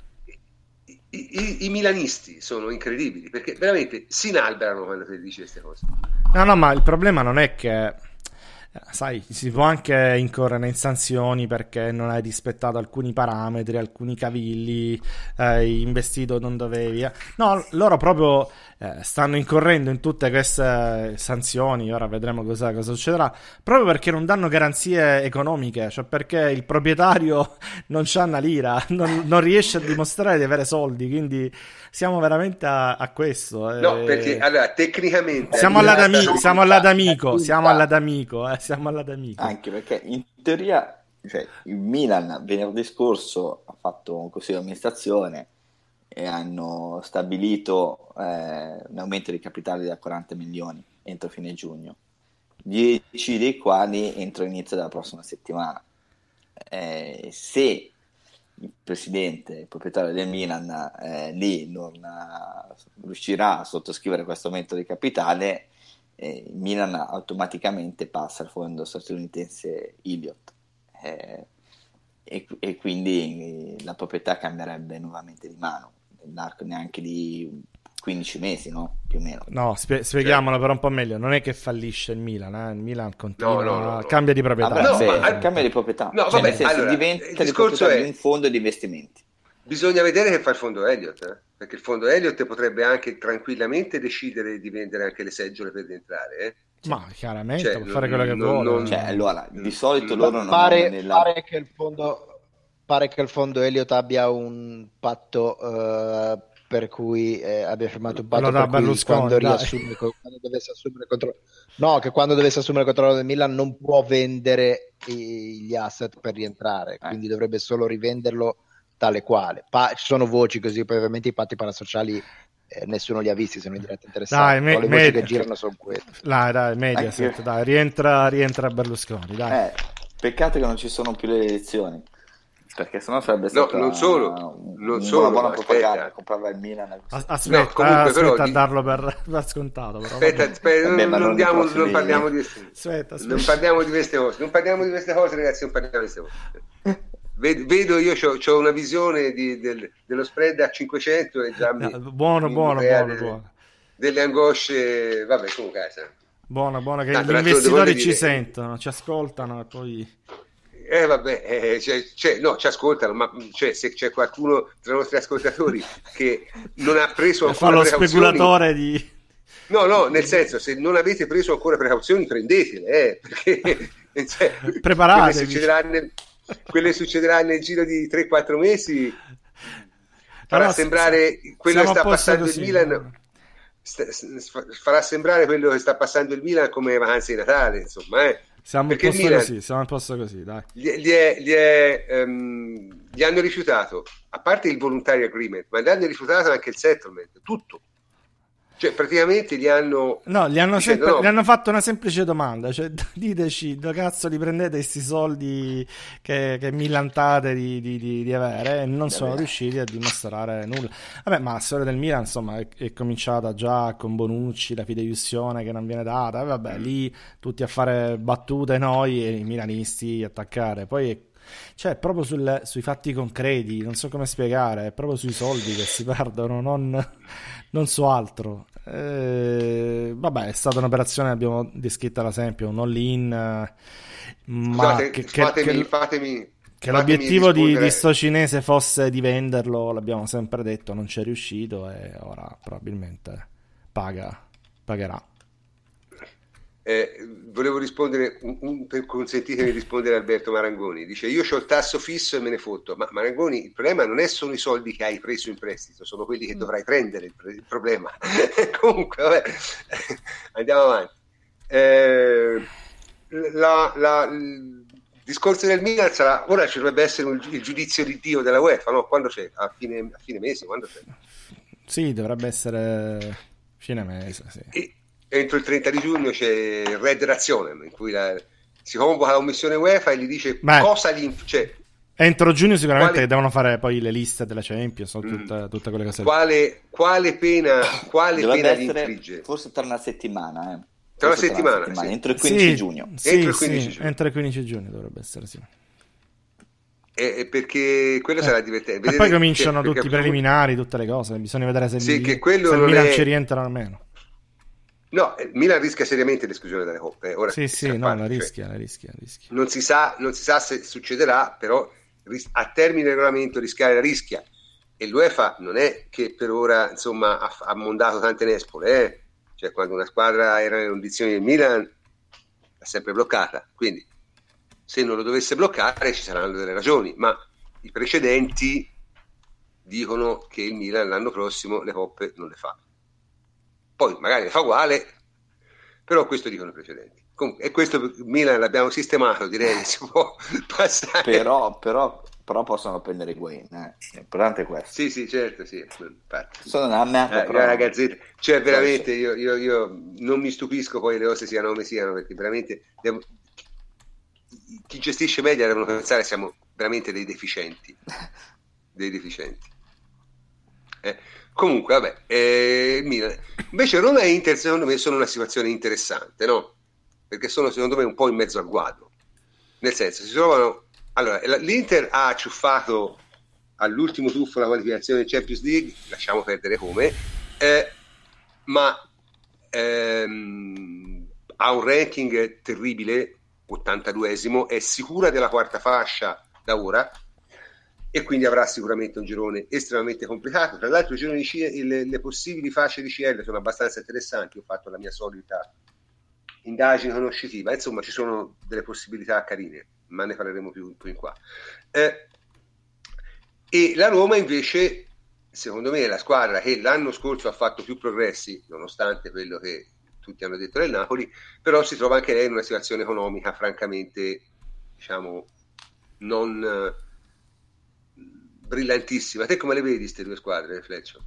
i, i, i milanisti sono incredibili, perché veramente si inalberano quando ti dici queste cose. No, no, ma il problema non è che, sai, si può anche incorrere in sanzioni perché non hai rispettato alcuni parametri, alcuni cavilli, hai investito non dovevi. No, loro proprio eh, stanno incorrendo in tutte queste sanzioni, ora vedremo cosa, cosa succederà, proprio perché non danno garanzie economiche, cioè perché il proprietario non c'ha una lira, non, non riesce a dimostrare di avere soldi, quindi siamo veramente a, a questo. Eh. No, perché allora tecnicamente siamo all'adamico, siamo all'adamico, siamo all'adamico, eh, siamo all'adamico. Anche perché in teoria, cioè, il Milan venerdì scorso ha fatto un consiglio di amministrazione e hanno stabilito eh, un aumento di capitale da quaranta milioni entro fine giugno, dieci dei quali entro l'inizio della prossima settimana. Eh, se il presidente, il proprietario del Milan eh, lì non uh, riuscirà a sottoscrivere questo aumento di capitale, eh, il Milan automaticamente passa al fondo statunitense Elliott eh, e, e quindi la proprietà cambierebbe nuovamente di mano nell'arco neanche di quindici mesi, no? Più o meno. No, spie- spieghiamolo cioè, però un po' meglio. Non è che fallisce il Milan, eh? Il Milan continua, no, no, no, cambia di proprietà. Vabbè, no, sì, ma, cambia di proprietà. No, cioè, vabbè, nel senso, allora, diventa di proprietà è... di un fondo di investimenti. Bisogna vedere che fa il fondo Elliott, eh? Perché il fondo Elliott potrebbe anche tranquillamente decidere di vendere anche le seggiole per rientrare, eh? Ma chiaramente cioè, può fare quello che non, vuole. non, cioè, allora, di solito ma loro non pare, hanno nella... pare che il fondo pare che il fondo Elliott abbia un patto uh, per cui eh, abbia firmato un patto per cui quando riassume quando dovesse assumere controllo no che quando dovesse assumere il controllo del Milan non può vendere i, gli asset per rientrare, quindi eh. dovrebbe solo rivenderlo tale quale. Pa- ci sono voci così, poi ovviamente i patti parasociali eh, nessuno li ha visti, sono in diretta interessati, dai, me- le voci med- che girano sono quelle. Dai, dai, Mediaset, Anche... dai, rientra, rientra Berlusconi, dai. Eh, peccato che non ci sono più le elezioni, perché sennò sarebbe stata no, non solo, non una solo, buona propaganda, comprava il Milan. Aspetta, no, comunque, aspetta però, a darlo per, per scontato. Però, aspetta, aspetta Vabbè, non, non, diamo, non parliamo di queste aspetta, aspetta. Non parliamo di queste cose, non parliamo di queste cose, ragazzi, non parliamo di queste cose. Vedo io, c'ho, ho una visione di, del, dello spread a cinquecento e già mi, buono, mi buono, buono, delle, buono. Delle angosce, vabbè, comunque casa. Buono, buono, che Tanto, gli investitori ci dire... sentono, ci ascoltano e poi... Eh vabbè, eh, cioè, cioè, no, ci ascoltano, ma cioè, se c'è qualcuno tra i nostri ascoltatori che non ha preso ancora fa lo precauzioni... speculatore di... No, no, nel senso, se non avete preso ancora precauzioni, prendetele, eh, perché... Cioè, preparatevi. Quelle succederà, nel, quelle succederà nel giro di tre quattro mesi, farà allora, sembrare quello che sta passando così, il Milan... No? farà sembrare quello che sta passando il Milan come vacanze di Natale, insomma, eh. Siamo Perché un posto Milan, così, siamo un posto così, dai. Gli, gli, è, gli, è, um, gli hanno rifiutato, a parte il voluntary agreement, ma gli hanno rifiutato anche il settlement, tutto. Cioè, praticamente gli hanno... No, gli hanno, dicendo, sempre, no. gli hanno fatto una semplice domanda, cioè, diteci, dove cazzo li prendete questi soldi che, che millantate di, di, di, di avere, e non sono riusciti a dimostrare nulla. Vabbè, ma la storia del Milan, insomma, è, è cominciata già con Bonucci, la fideiussione che non viene data, e vabbè, mm. lì tutti a fare battute noi e i milanisti attaccare. Poi è cioè proprio sul, sui fatti concreti, non so come spiegare, è proprio sui soldi che si perdono, non, non su altro. Eh, vabbè, è stata un'operazione, abbiamo descritta l'esempio, un all-in, ma Scusate, che, fatemi, che, fatemi, che l'obiettivo di, di sto cinese fosse di venderlo, l'abbiamo sempre detto, non ci è riuscito e ora probabilmente paga, pagherà. Eh, volevo rispondere, un, un, per consentitemi di rispondere a Alberto Marangoni. Dice: io c'ho il tasso fisso e me ne fotto. Ma Marangoni, il problema non è solo i soldi che hai preso in prestito, sono quelli che dovrai prendere il, pre- il problema. Comunque, vabbè, andiamo avanti. Eh, la, la, il discorso del Milan sarà, ora ci dovrebbe essere un, il giudizio di Dio della UEFA, no? Quando c'è? A fine, a fine mese? Quando c'è? Sì, dovrebbe essere fine mese, sì. E, entro il trenta di giugno c'è il Red Razionem, in cui la, si convoca la commissione UEFA e gli dice Beh, cosa gli cioè, entro giugno sicuramente quale, devono fare poi le liste della Champions, tutte, tutte quelle cose. Quale, quale pena, quale pena gli infligge? Forse tra una settimana, eh. Tra una settimana, una settimana sì. entro il quindici sì, giugno. Sì, entro il quindici sì, giugno. Entro il quindici giugno dovrebbe essere, sì. E, perché quello eh. sarà divertente. Vedete, e poi cominciano tutti i preliminari, tutte le cose, bisogna vedere se, sì, il, che quello se il Milan è... ci rientra o meno. No, il Milan rischia seriamente l'esclusione dalle coppe. Ora sì, sì, no, la rischia, cioè, la rischia, la rischia. Non si sa, non si sa se succederà, però a termine del regolamento rischiare la rischia. E l'UEFA non è che per ora, insomma, ha, ha mondato tante nespole, eh? Cioè, quando una squadra era nelle condizioni del Milan, l'ha sempre bloccata. Quindi, se non lo dovesse bloccare, ci saranno delle ragioni. Ma i precedenti dicono che il Milan l'anno prossimo le coppe non le fa. Poi magari ne fa uguale, però questo dicono i precedenti. Comunque, e questo Milan l'abbiamo sistemato, direi, si può passare. Però, però, però possono prendere Higuain, eh. L'importante è questo. Sì, sì, certo, sì. Infatti. Sono una merda, eh, però... la gazzetta. Cioè, veramente, io, io, io non mi stupisco poi le cose siano come siano, perché veramente devo... chi gestisce media devono pensare siamo veramente dei deficienti. Dei deficienti. Eh. Comunque, vabbè, eh, Milan. Invece Roma e Inter secondo me sono una situazione interessante, no? Perché sono secondo me un po' in mezzo al guado. Nel senso, si trovano... Allora, l'Inter ha acciuffato all'ultimo tuffo la qualificazione del Champions League, lasciamo perdere come, eh, ma ehm, ha un ranking terribile, ottantaduesimo, è sicura della quarta fascia da ora, e quindi avrà sicuramente un girone estremamente complicato. Tra l'altro i gironi di C L, le, le possibili fasce di C L sono abbastanza interessanti, ho fatto la mia solita indagine conoscitiva, insomma ci sono delle possibilità carine, ma ne parleremo più, più in qua. Eh, E la Roma invece, secondo me, è la squadra che l'anno scorso ha fatto più progressi, nonostante quello che tutti hanno detto del Napoli, però si trova anche lei in una situazione economica francamente, diciamo, non eh, brillantissima. Te come le vedi queste due squadre, Fleccio?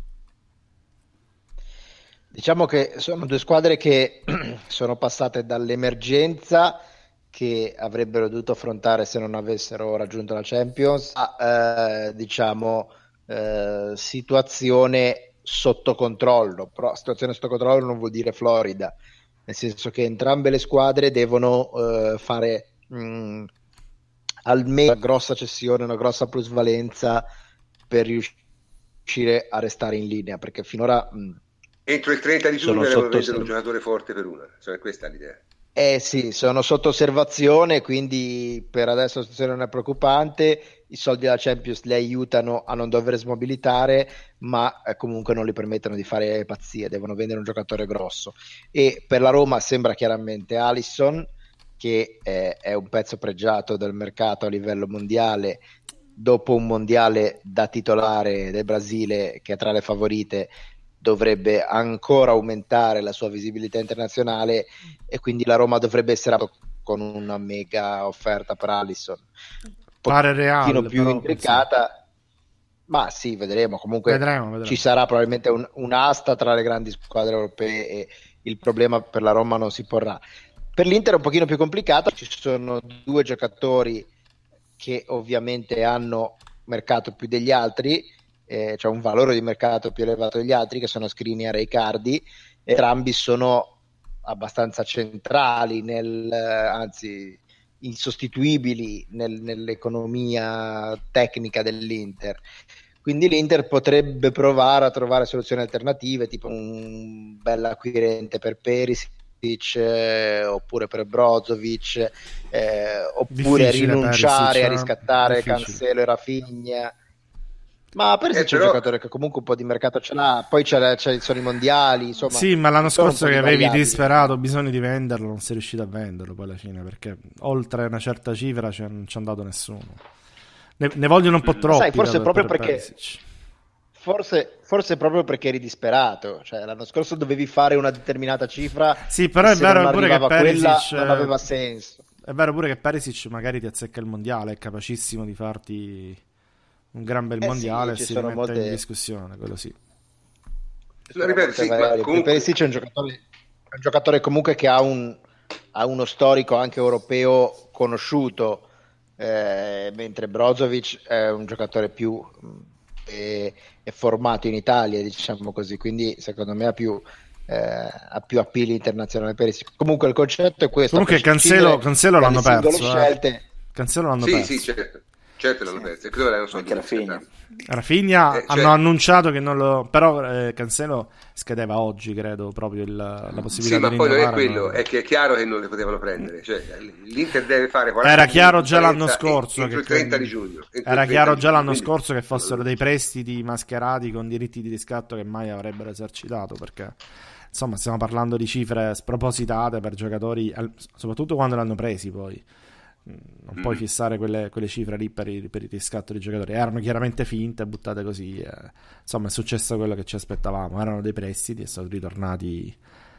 Diciamo che sono due squadre che sono passate dall'emergenza che avrebbero dovuto affrontare se non avessero raggiunto la Champions a eh, diciamo eh, situazione sotto controllo, però situazione sotto controllo non vuol dire florida, nel senso che entrambe le squadre devono eh, fare mh, almeno una grossa cessione, una grossa plusvalenza per riuscire a restare in linea, perché finora mh, entro il trenta di giugno sono devono sotto vendere un giocatore forte per una, cioè questa è l'idea. Eh sì, sono sotto osservazione, quindi per adesso la situazione non è preoccupante, i soldi della Champions le aiutano a non dover smobilitare, ma eh, comunque non li permettono di fare pazzie, devono vendere un giocatore grosso. E per la Roma sembra chiaramente Alisson, che eh, è un pezzo pregiato del mercato a livello mondiale, dopo un mondiale da titolare del Brasile, che è tra le favorite, dovrebbe ancora aumentare la sua visibilità internazionale e quindi la Roma dovrebbe essere con una mega offerta per Alisson, un pare reale, più però, intricata, sì. Ma sì, vedremo, comunque vedremo, vedremo. Ci sarà probabilmente un, un'asta tra le grandi squadre europee e il problema per la Roma non si porrà. Per l'Inter è un pochino più complicato, ci sono due giocatori che ovviamente hanno mercato più degli altri, eh, cioè un valore di mercato più elevato degli altri, che sono Skriniar e Icardi. Entrambi sono abbastanza centrali nel, anzi insostituibili nel, nell'economia tecnica dell'Inter, quindi l'Inter potrebbe provare a trovare soluzioni alternative, tipo un bel acquirente per Perisic, eh, oppure per Brozovic, eh, oppure difficile rinunciare Perisic, a riscattare difficile. Cancelo e Rafinha. Ma Perisic Eh, è un però- giocatore che comunque un po' di mercato ce l'ha, poi c'è, c'è- sono i mondiali, insomma. Sì, ma l'anno sono un scorso po' che di avevi variabili. disperato bisogno di venderlo, non sei riuscito a venderlo poi alla fine, perché oltre una certa cifra c'è- non ci è andato nessuno. Ne, ne vogliono un po' troppi. Sai, forse per- proprio per perché- Perisic. Forse, forse proprio perché eri disperato, cioè l'anno scorso dovevi fare una determinata cifra. Sì, però e è se vero non pure che arrivava quella, Perisic non aveva senso. È vero pure che Perisic magari ti azzecca il mondiale, è capacissimo di farti un gran bel Eh sì, mondiale e ci si sono rimette molte- in discussione, quello sì. Lo ripeto, sì, ma Variabili. comunque- Perisic è un giocatore, è un giocatore comunque che ha, un, ha uno storico anche europeo conosciuto, eh, mentre Brozovic è un giocatore più mh, è, è formato in Italia, diciamo così, quindi secondo me ha più, eh, ha più appeal internazionale. Perisic. Comunque il concetto è questo. Comunque a Cancelo, prescindere Cancelo dalle l'hanno singole perso. eh. scelte, Cancelo l'hanno Sì, perso. sì, certo. Certo l'hanno Sì. perso. E credo l'hanno solo Anche Rafinha. Rafinha Eh, cioè- hanno annunciato che non lo. Però eh, Cancelo scadeva oggi, credo, proprio il, la possibilità Sì, ma di poi non è rinnovare, quello, no. è che è chiaro che non le potevano prendere. Cioè, l'Inter deve fare quaranta Era chiaro milioni di già l'anno differenza scorso entro che il trenta di giugno. entro il Era trenta chiaro di già giugno, l'anno quindi- scorso che fossero dei prestiti mascherati con diritti di riscatto che mai avrebbero esercitato, perché insomma stiamo parlando di cifre spropositate per giocatori, al- soprattutto quando l'hanno presi poi. Non puoi Mm. fissare quelle, quelle cifre lì per il, per il riscatto dei giocatori, erano chiaramente finte, buttate così, eh. Insomma è successo quello che ci aspettavamo, erano dei prestiti e sono ritornati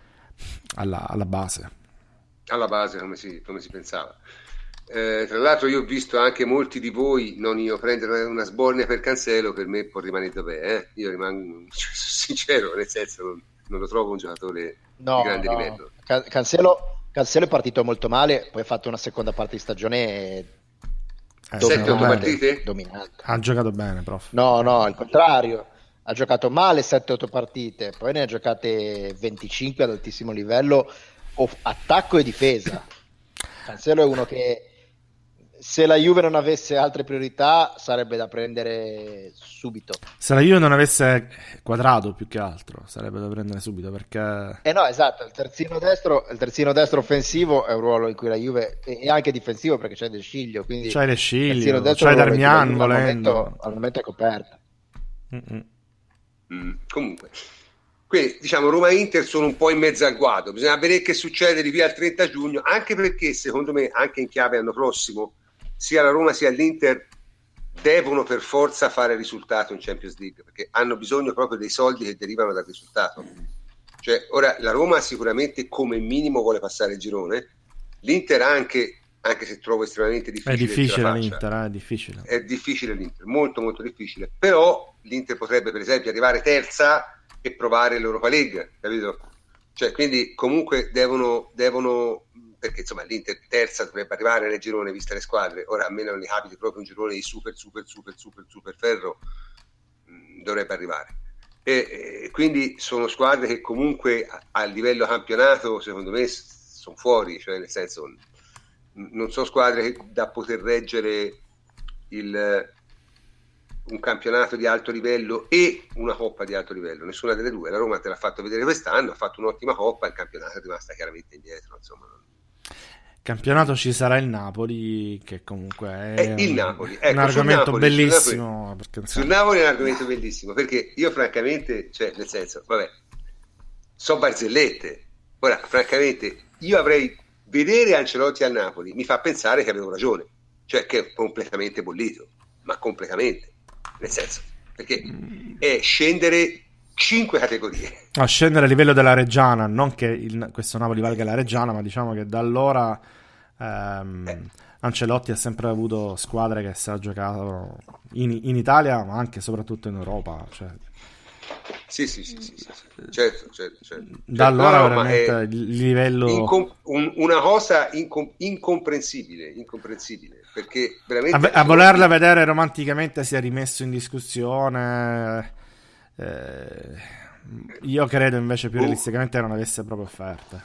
alla, alla base. alla base come si, come si pensava. Eh, tra l'altro io ho visto anche molti di voi, non io, prendere una sbornia per Cancelo, per me può rimanere dov'è, eh? Io rimango cioè, sincero, nel senso non, non lo trovo un giocatore no, di grande no. livello. Can- Cancelo, Cancelo è partito molto male, poi ha fatto una seconda parte di stagione Eh, Sette, giocato otto bene. partite? dominante. Ha giocato bene, prof. No, no, al contrario, ha giocato male sette otto partite, poi ne ha giocate venticinque ad altissimo livello, off- attacco e difesa. Cancelo è uno che se la Juve non avesse altre priorità sarebbe da prendere subito. Se la Juve non avesse Quadrato più che altro sarebbe da prendere subito, perché Eh no, esatto, il terzino destro, il terzino destro offensivo è un ruolo in cui la Juve, e anche difensivo perché c'è Del Sciglio, quindi c'hai il terzino Resciglio, destro c'hai è un ruolo in cui la Darmian Juve al volendo. momento, al momento è coperta. Mm-mm. Mm, comunque, quindi diciamo Roma-Inter sono un po' in mezzo al guado, bisogna vedere che succede di qui al trenta giugno, anche perché secondo me anche in chiave anno prossimo sia la Roma sia l'Inter devono per forza fare risultato in Champions League, perché hanno bisogno proprio dei soldi che derivano dal risultato. Cioè, ora la Roma sicuramente come minimo vuole passare il girone, l'Inter anche, anche se trovo estremamente difficile. È difficile l'Inter, eh, è difficile. È difficile l'Inter, molto molto difficile, però l'Inter potrebbe per esempio arrivare terza e provare l'Europa League, capito? Cioè, quindi comunque devono, devono perché insomma l'Inter terza dovrebbe arrivare nel girone viste le squadre, ora a me non gli capiti proprio un girone di super super super super super ferro, mh, dovrebbe arrivare. E, e quindi sono squadre che comunque a, a livello campionato secondo me s- sono fuori, cioè nel senso n- non sono squadre che, da poter reggere il, un campionato di alto livello e una coppa di alto livello, nessuna delle due. La Roma te l'ha fatto vedere quest'anno, ha fatto un'ottima coppa, il campionato è rimasta chiaramente indietro, insomma. Campionato ci sarà il Napoli, che comunque è, è il Napoli. Ecco, un argomento Napoli, bellissimo. Sul Napoli, perché, sul Napoli è un argomento bellissimo, perché io francamente, cioè nel senso, vabbè, so barzellette. Ora, francamente, io avrei vedere Ancelotti al Napoli, mi fa pensare che avevo ragione, cioè che è completamente bollito, ma completamente, nel senso, perché è scendere cinque categorie. A scendere a livello della Reggiana, non che il, questo Napoli valga la Reggiana, ma diciamo che da allora ehm, eh. Ancelotti ha sempre avuto squadre che si è giocato in, in Italia, ma anche e soprattutto in Europa. Cioè. Sì, sì, sì, sì, sì, sì. Certo, certo, certo. Da allora no, veramente il livello... Incom- un, una cosa incom- incomprensibile, incomprensibile, perché veramente... A, a volerla vedere romanticamente si è rimesso in discussione... Eh, io credo invece più realisticamente non avesse proprio offerte.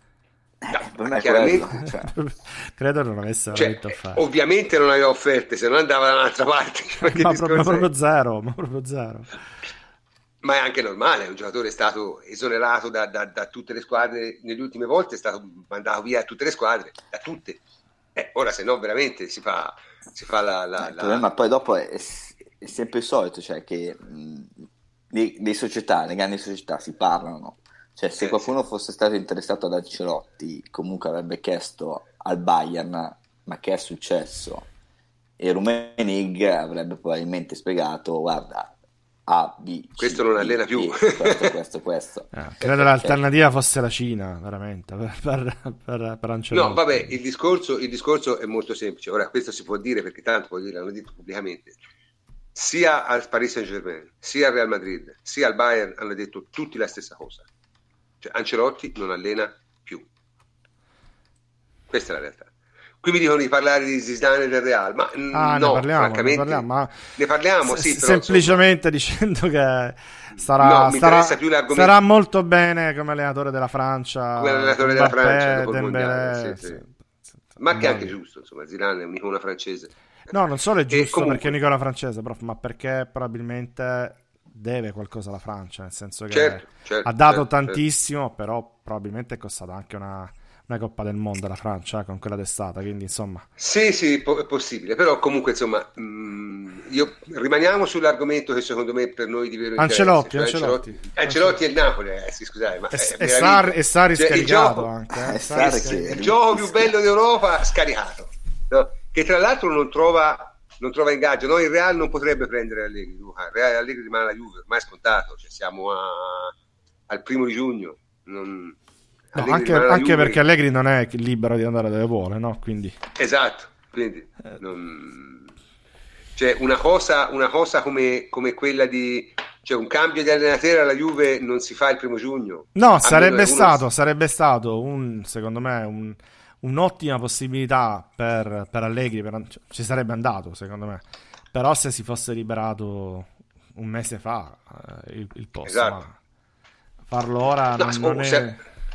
No, chiaramente, cioè. credo non avesse cioè, offerte. Ovviamente non aveva offerte, se non andava da un'altra parte. Ma, pro- ma proprio zero, ma proprio zero. Ma è anche normale, un giocatore è stato esonerato da, da, da tutte le squadre nelle ultime volte, è stato mandato via da tutte le squadre, da tutte. Eh, ora se no veramente si fa, si fa la... la, il la... problema poi dopo è, è sempre il solito, cioè che... Mh, le società, le grandi società si parlano, cioè se qualcuno fosse stato interessato ad Ancelotti comunque avrebbe chiesto al Bayern ma che è successo, e Rummenigge avrebbe probabilmente spiegato guarda A, B, C, questo non D, allena più E, questo, questo, questo. Eh, credo l'alternativa fosse la Cina veramente per, per, per, per Ancelotti. No vabbè, il discorso, il discorso è molto semplice, ora questo si può dire perché tanto può dire, l'hanno detto pubblicamente. Sia al Paris Saint-Germain, sia al Real Madrid, sia al Bayern hanno detto tutti la stessa cosa. Cioè Ancelotti non allena più. Questa è la realtà. Qui mi dicono di parlare di Zidane del Real, ma ah, no, ne parliamo, francamente, ne parliamo, ma ne parliamo sì, s- però, semplicemente insomma, dicendo che sarà, no, mi sarà, più l'argomento... sarà molto bene come allenatore della Francia, come allenatore della Francia dopo il mondiale, sì, sì. sì. Ma che è anche giusto, insomma, Zidane è un'icona francese. No, non solo è giusto comunque... perché è un'icona francese, prof, ma perché probabilmente deve qualcosa alla Francia, nel senso che certo, certo, ha dato certo, tantissimo, certo. Però probabilmente è costata anche una, una Coppa del Mondo alla Francia con quella d'estate, quindi insomma... Sì, sì, po- è possibile, però comunque insomma, mh, io rimaniamo sull'argomento che secondo me per noi di vero Ancelotti, interesse, cioè Ancelotti, Ancelotti, Ancelotti e il Napoli, eh, sì, scusate, ma e, è, e Sarri, e Sarri cioè, scaricato il gioco, anche, eh? Eh, Sarri Sarri scaricato. il gioco più bello d'Europa scaricato, no? Che tra l'altro non trova, non trova ingaggio. No, il Real non potrebbe prendere Allegri, Luca. Il Real Allegri rimane la Juve, ormai è scontato, cioè siamo a, al primo di giugno. Non, no, anche anche perché Allegri non è libero di andare dove vuole, no? Quindi... Esatto, quindi non... cioè una cosa, una cosa come, come quella di... cioè un cambio di allenatore alla Juve non si fa il primo giugno. No, sarebbe uno... stato, sarebbe stato un, secondo me, un... un'ottima possibilità per, per Allegri, per, cioè, ci sarebbe andato secondo me, però se si fosse liberato un mese fa eh, il, il posto, esatto. Ma farlo ora no, non, oh, non, è, se...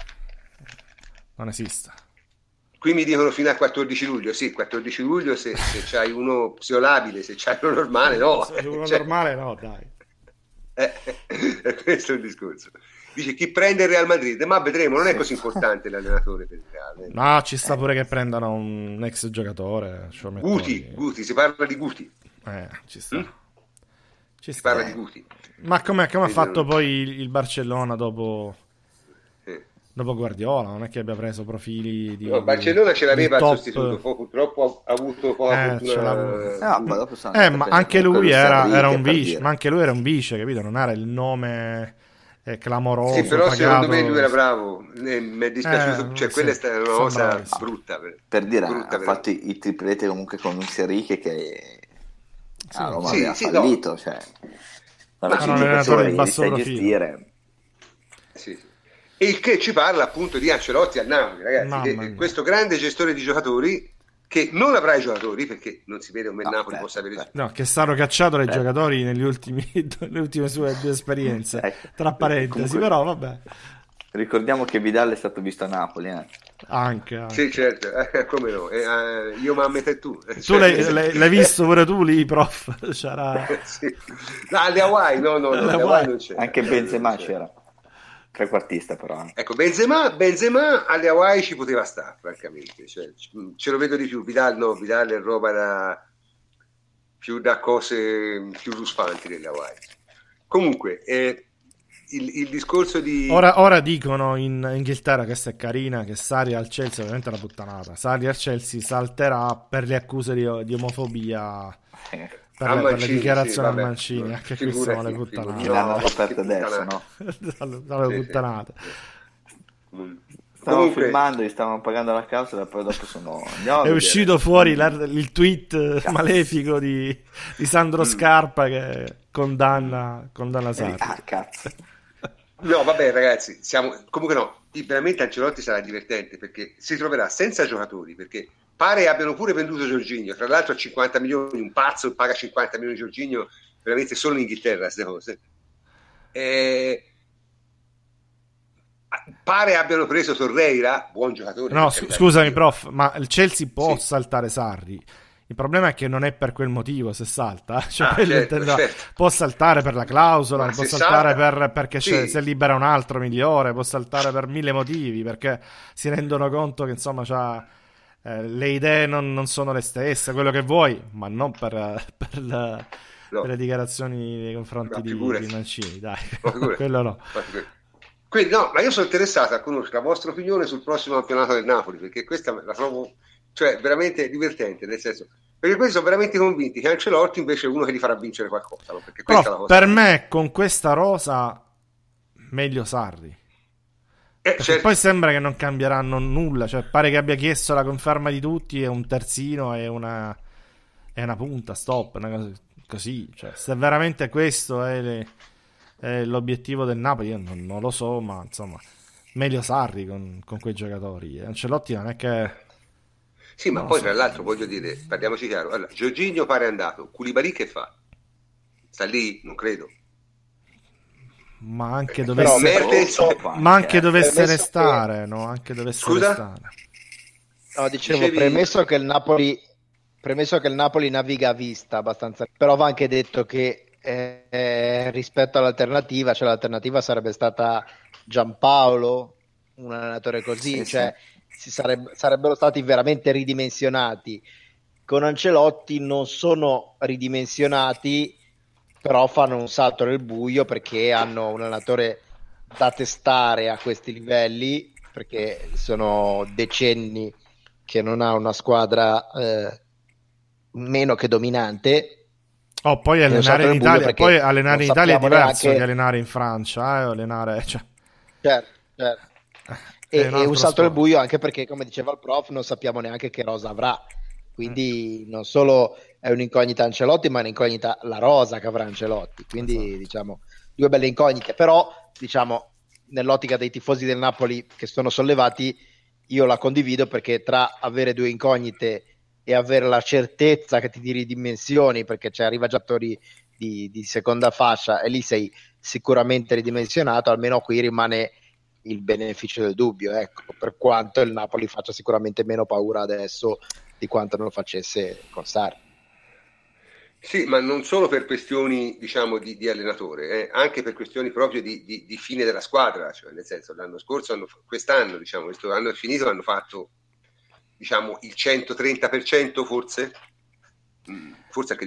non esiste. Qui mi dicono fino al quattordici luglio, sì, quattordici luglio se, se c'hai uno psiolabile, se c'hai uno normale no. Se uno cioè... normale no, dai. Eh, questo è il discorso. Dice chi prende il Real Madrid, ma vedremo, non è così importante l'allenatore per il Real. Eh. No, ci sta pure che prendano un ex giocatore. Guti, Guti, si parla di Guti. Eh, ci sta. Mm? Ci si sta. parla di Guti. Ma come ha fatto poi il, il Barcellona dopo... Eh. dopo Guardiola, non è che abbia preso profili di... No, Barcellona ce l'aveva top... il sostituto, purtroppo ha avuto poca eh, fortuna. No, ma dopo sono eh, ma anche lui era, era un vice, dire. ma anche lui era un vice, capito? Non era il nome eh, clamoroso, sì, però pagato... secondo me lui era bravo, mi è dispiaciuto, eh, cioè sì, quella è stata una cosa bravissimo. brutta. Per, per dire, brutta ha fatto i, i tripleti comunque con Luis Enrique che Sì. a Roma Sì, aveva sì, fallito, no. cioè Ma ci non è un allenatore di li basso sai profilo. gestire. Sì, sì. E il che ci parla appunto di Ancelotti al Napoli, ragazzi, che questo grande gestore di giocatori che non avrà i giocatori, perché non si vede come il No, Napoli certo, possa avere... No, che è stato cacciato dai certo. giocatori negli ultimi, nelle ultime sue due esperienze, Ecco. tra parentesi, Comunque, però vabbè. Ricordiamo che Vidal è stato visto a Napoli, eh. Anche, anche. Sì, certo, eh, come no, eh, eh, io mamma e te tu. Tu Cioè, l'hai, l'hai, l'hai visto pure tu lì, prof? C'era... sì. No, alle Hawaii, no, no, no, alle Hawaii non c'era. Anche Benzema c'era. Trequartista però. Ecco, Benzema, Benzema alle Hawaii ci poteva stare, francamente. Cioè, ce lo vedo di più. Vidal no, Vidal è roba da più da cose più ruspanti delle Hawaii. Comunque, eh, il, il discorso di... Ora, ora dicono in Inghilterra, questa è carina, che Sarri al Chelsea, ovviamente è una puttanata, Sarri al Chelsea salterà per le accuse di, di omofobia, per, le, per le dichiarazioni sì, a Mancini, no, anche queste sono le puttanate. No, l'hanno aperto adesso, no? Sono le puttanate. Stavano Comunque... filmando, gli stavano pagando la causa e poi dopo sono... Andiamo è uscito fuori la, il tweet cazzo. malefico di, di Sandro Scarpa che condanna, condanna Sarri. Ah, cazzo. No, vabbè ragazzi, siamo... comunque no, veramente Ancelotti sarà divertente perché si troverà senza giocatori, perché pare abbiano pure venduto Jorginho, tra l'altro a cinquanta milioni, un pazzo paga cinquanta milioni Jorginho, veramente solo in Inghilterra queste cose. E... pare abbiano preso Torreira, buon giocatore. No, sc- scusami prof, ma il Chelsea può sì. saltare Sarri. Il problema è che non è per quel motivo se salta, cioè, ah, certo, intendo, certo. può saltare per la clausola, ma può saltare salta... per, perché sì. se libera un altro migliore, può saltare per mille motivi, perché si rendono conto che insomma c'ha, eh, le idee non, non sono le stesse, quello che vuoi, ma non per, per, la, no. per le dichiarazioni nei confronti di, di Mancini, dai, quello no. Quindi no, ma io sono interessato a conoscere la vostra opinione sul prossimo campionato del Napoli, perché questa la trovo, cioè, veramente divertente, nel senso, perché questi sono veramente convinti che Ancelotti invece è uno che li farà vincere qualcosa, no? Perché questa Però, è la cosa per me con questa rosa meglio Sarri, eh, perché certo. Poi sembra che non cambieranno nulla, cioè pare che abbia chiesto la conferma di tutti e un terzino e una, e una punta, stop, una cosa così, cioè, se veramente questo è le... l'obiettivo del Napoli io non, non lo so, ma insomma meglio Sarri con, con quei giocatori. Ancelotti non è che sì, ma poi so. Tra l'altro voglio dire, parliamoci chiaro, allora, Jorginho pare è andato, Koulibaly che fa? Sta lì? Non credo. Ma anche dovesse, Mertens, ma anche dovesse restare, che... no? Anche dovesse Scusa? restare. No, dicevo, Dicevi... premesso che il Napoli premesso che il Napoli naviga a vista abbastanza, però va anche detto che Eh, rispetto all'alternativa, cioè l'alternativa sarebbe stata Giampaolo, un allenatore così, sì, cioè sì. Si sarebbe, sarebbero stati veramente ridimensionati. Con Ancelotti non sono ridimensionati, però fanno un salto nel buio perché hanno un allenatore da testare a questi livelli, perché sono decenni che non ha una squadra eh, meno che dominante. Oh, poi allenare in Italia, poi allenare in Italia è diverso neanche... che allenare in Francia, eh, allenare, cioè... certo, certo. E, e un, un salto nel buio anche perché, come diceva il prof, non sappiamo neanche che rosa avrà, quindi mm. non solo è un'incognita Ancelotti, ma è un'incognita la rosa che avrà Ancelotti, quindi esatto. Diciamo due belle incognite, però diciamo nell'ottica dei tifosi del Napoli che sono sollevati io la condivido, perché tra avere due incognite e avere la certezza che ti di ridimensioni, perché c'è arriva giocatori di, di seconda fascia e lì sei sicuramente ridimensionato, almeno qui rimane il beneficio del dubbio, ecco, per quanto il Napoli faccia sicuramente meno paura adesso di quanto non lo facesse con Sarri. Sì, ma non solo per questioni, diciamo, di, di allenatore, eh, anche per questioni proprio di, di, di fine della squadra, cioè nel senso l'anno scorso, hanno, quest'anno, diciamo, questo anno è finito, hanno fatto diciamo il centotrenta per cento forse, forse anche di più,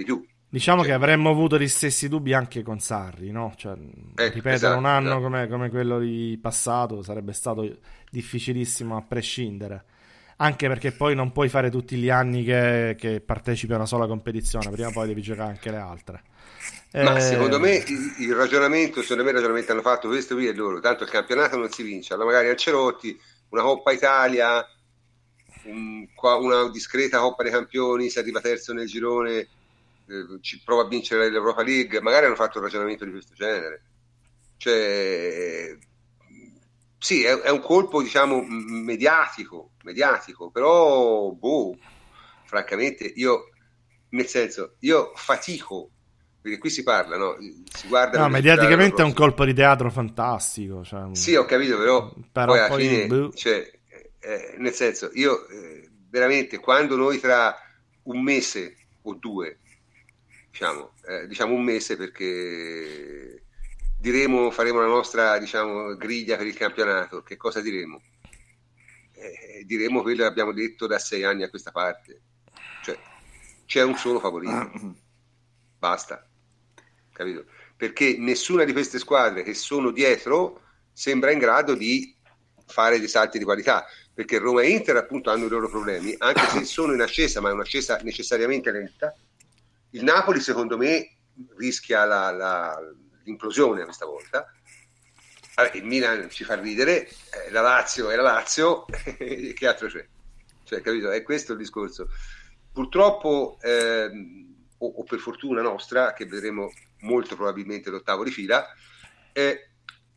Diciamo cioè, che avremmo avuto gli stessi dubbi anche con Sarri, no? Cioè, eh, ripetere esatto, un anno esatto. come, come quello di passato sarebbe stato difficilissimo a prescindere. Anche perché poi non puoi fare tutti gli anni che, che partecipi a una sola competizione, prima o poi devi giocare anche le altre. Ma secondo me Eh, il, il ragionamento, secondo me il ragionamento hanno fatto questo qui e loro, tanto il campionato non si vince, allora magari Ancelotti, una Coppa Italia, un- qua- una discreta Coppa dei Campioni, si arriva terzo nel girone, eh, ci prova a vincere l'Europa League, magari hanno fatto un ragionamento di questo genere. Cioè, sì, è, è un colpo, diciamo, m- mediatico, mediatico, però, boh, francamente, io, nel senso, io fatico, perché qui si parla, no? Si guardano no, i risultati dell'anno mediaticamente è un prossimo. colpo di teatro fantastico. Cioè, Sì, ho capito, però poi però alla poi, fine, boh. cioè, eh, nel senso, io eh, veramente quando noi tra un mese o due, diciamo, eh, diciamo un mese perché diremo, faremo la nostra, diciamo, griglia per il campionato, che cosa diremo? Eh, diremo quello che abbiamo detto da sei anni a questa parte, cioè c'è un solo favorito, basta, capito? Perché nessuna di queste squadre che sono dietro sembra in grado di fare dei salti di qualità, perché Roma e Inter appunto hanno i loro problemi, anche se sono in ascesa, ma è un'ascesa necessariamente lenta. Il Napoli secondo me rischia la, la, l'implosione questa volta. Allora, il Milan ci fa ridere, eh, la Lazio è la Lazio, che altro c'è? Cioè, capito? È questo il discorso. Purtroppo, ehm, o, o per fortuna nostra, che vedremo molto probabilmente l'ottavo di fila, eh,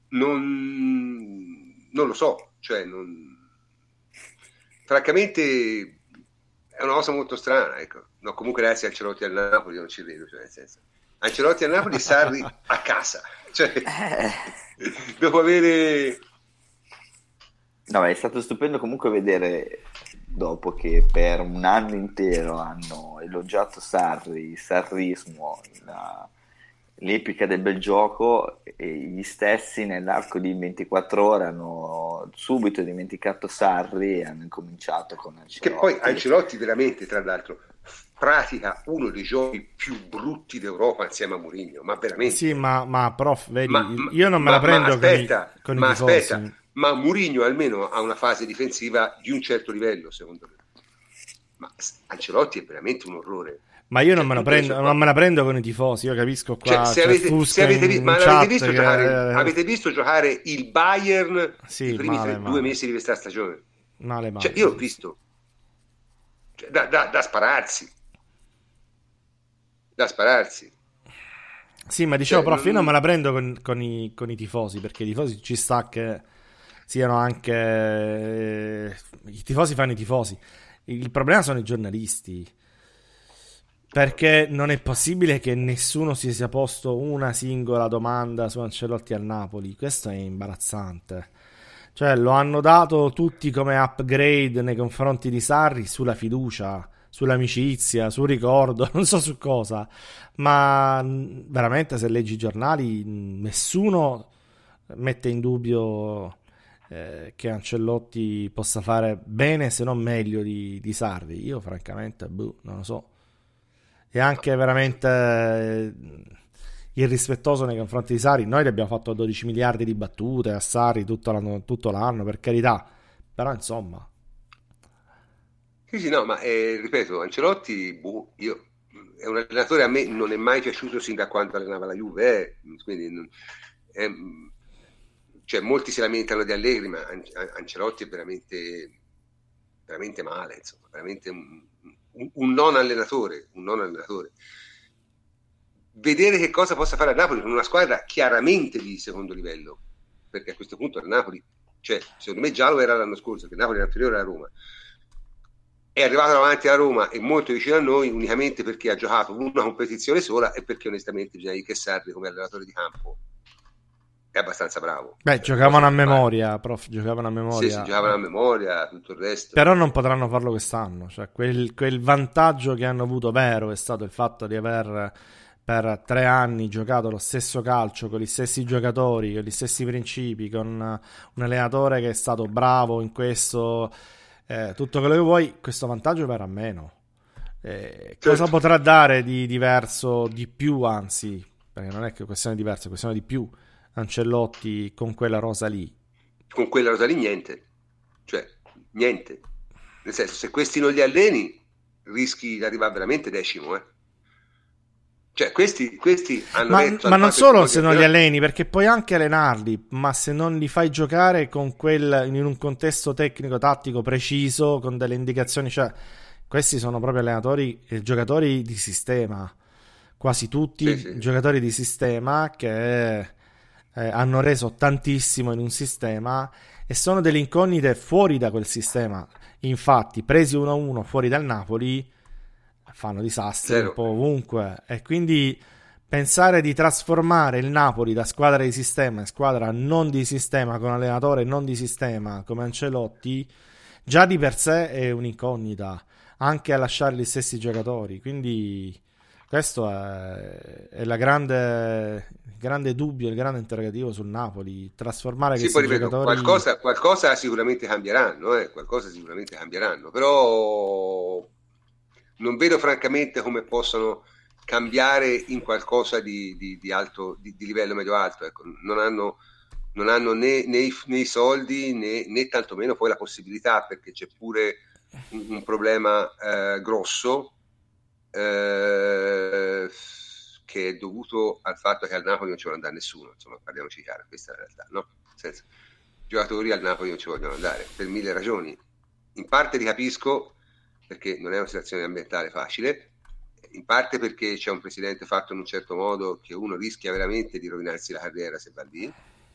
non, non lo so, cioè non, francamente è una cosa molto strana, ecco. No, comunque grazie a Ancelotti al Napoli non ci vedo, cioè nel senso. Ancelotti al Napoli, Sarri a casa, cioè Eh, dopo avere no, è stato stupendo comunque vedere, dopo che per un anno intero hanno elogiato Sarri, il sarrismo, la- l'epica del bel gioco, e gli stessi nell'arco di ventiquattro ore hanno subito dimenticato Sarri e hanno incominciato con che poi Ancelotti. Ancelotti veramente, tra l'altro, pratica uno dei giochi più brutti d'Europa insieme a Mourinho, ma Sì, veramente. ma, ma prof, Ma, vedi, ma, io non me la ma, ma prendo con i, aspetta, con i ma aspetta, tifosi. ma Mourinho almeno ha una fase difensiva di un certo livello, secondo me. Ma Ancelotti è veramente un orrore. Ma io non Cioè, me la tutte le prendo, sue non cose. me la prendo con i tifosi. Io capisco Cioè, qua, se c'è avete, se Fusca avete, in, vi- in ma l'avete chat visto giocare, che... avete visto giocare il Bayern i Sì, primi male, tre, due male. mesi di questa stagione? Male, Cioè, male, io l'ho sì, sì. visto, cioè, da, da, da spararsi, da spararsi. Sì, ma dicevo, Cioè, prof, io non me la non... prendo con, con i, con i tifosi, perché i tifosi ci sta che siano anche... eh, I tifosi fanno i tifosi. Il problema sono i giornalisti. Perché non è possibile che nessuno si sia posto una singola domanda su Ancelotti al Napoli. Questo è imbarazzante. Cioè, lo hanno dato tutti come upgrade nei confronti di Sarri sulla fiducia, sull'amicizia, sul ricordo, non so su cosa. Ma mh, veramente, se leggi i giornali, mh, nessuno mette in dubbio eh, che Ancelotti possa fare bene, se non meglio, di, di Sarri. Io, francamente, boh, non lo so. È anche veramente eh, irrispettoso nei confronti di Sarri. Noi gli abbiamo fatto dodici miliardi di battute a Sarri tutto l'anno, tutto l'anno, per carità. Però insomma, Sì, sì, no, ma eh, ripeto, Ancelotti, boh, io, è un allenatore a me non è mai piaciuto sin da quando allenava la Juve, eh, quindi non- è- cioè, molti si lamentano di Allegri, ma An- Ancelotti è veramente, veramente male, insomma, veramente un, un- un non allenatore, un non allenatore. Vedere che cosa possa fare a Napoli con una squadra chiaramente di secondo livello, perché a questo punto il Napoli, cioè, secondo me già lo era l'anno scorso, che il Napoli era inferiore alla Roma. È arrivato davanti alla Roma e molto vicino a noi unicamente perché ha giocato una competizione sola e perché onestamente bisogna dire che Sarri come allenatore di campo è abbastanza bravo. beh, Cioè, non posso giocavano a incolpare. memoria, prof, giocavano a Sì, si memoria. giocavano a memoria, tutto il resto. Però non potranno farlo quest'anno. Cioè, quel, quel vantaggio che hanno avuto vero è stato il fatto di aver per tre anni giocato lo stesso calcio con gli stessi giocatori, con gli stessi principi, con un allenatore che è stato bravo in questo, eh, tutto quello che vuoi. Questo vantaggio verrà meno. Eh, certo. Cosa potrà dare di diverso, di più, anzi, perché non è che è questione diversa, è questione di più, Ancelotti con quella rosa lì? Con quella rosa lì niente, cioè niente. Nel senso, se questi non li alleni, rischi di arrivare veramente decimo, eh. Cioè, questi, questi hanno Ma, detto ma al non fatto che solo non se non li alleni, perché puoi anche allenarli, ma se non li fai giocare con quel, in un contesto tecnico-tattico preciso, con delle indicazioni, cioè, questi sono proprio allenatori, eh, giocatori di sistema, quasi tutti Sì, sì. giocatori di sistema che eh, hanno reso tantissimo in un sistema e sono delle incognite fuori da quel sistema. Infatti, presi uno a uno fuori dal Napoli, fanno disastri un Zero. po' ovunque, e quindi pensare di trasformare il Napoli da squadra di sistema in squadra non di sistema, con allenatore non di sistema come Ancelotti, già di per sé è un'incognita, anche a lasciare gli stessi giocatori. Quindi questo è, è la grande, il grande dubbio, il grande interrogativo sul Napoli, trasformare Sì, questi poi ripeto, giocatori. qualcosa, qualcosa sicuramente cambieranno, eh, qualcosa sicuramente cambieranno, però non vedo francamente come possono cambiare in qualcosa di, di, di alto, di, di livello medio-alto. Ecco. Non hanno, non hanno né, né, i, né i soldi né, né tantomeno poi la possibilità, perché c'è pure un, un problema eh, grosso eh, che è dovuto al fatto che al Napoli non ci vuole andare nessuno, insomma, parliamoci chiaro, questa è la realtà, no? Senza giocatori al Napoli non ci vogliono andare per mille ragioni. In parte li capisco, perché non è una situazione ambientale facile, in parte perché c'è un presidente fatto in un certo modo che uno rischia veramente di rovinarsi la carriera se va lì.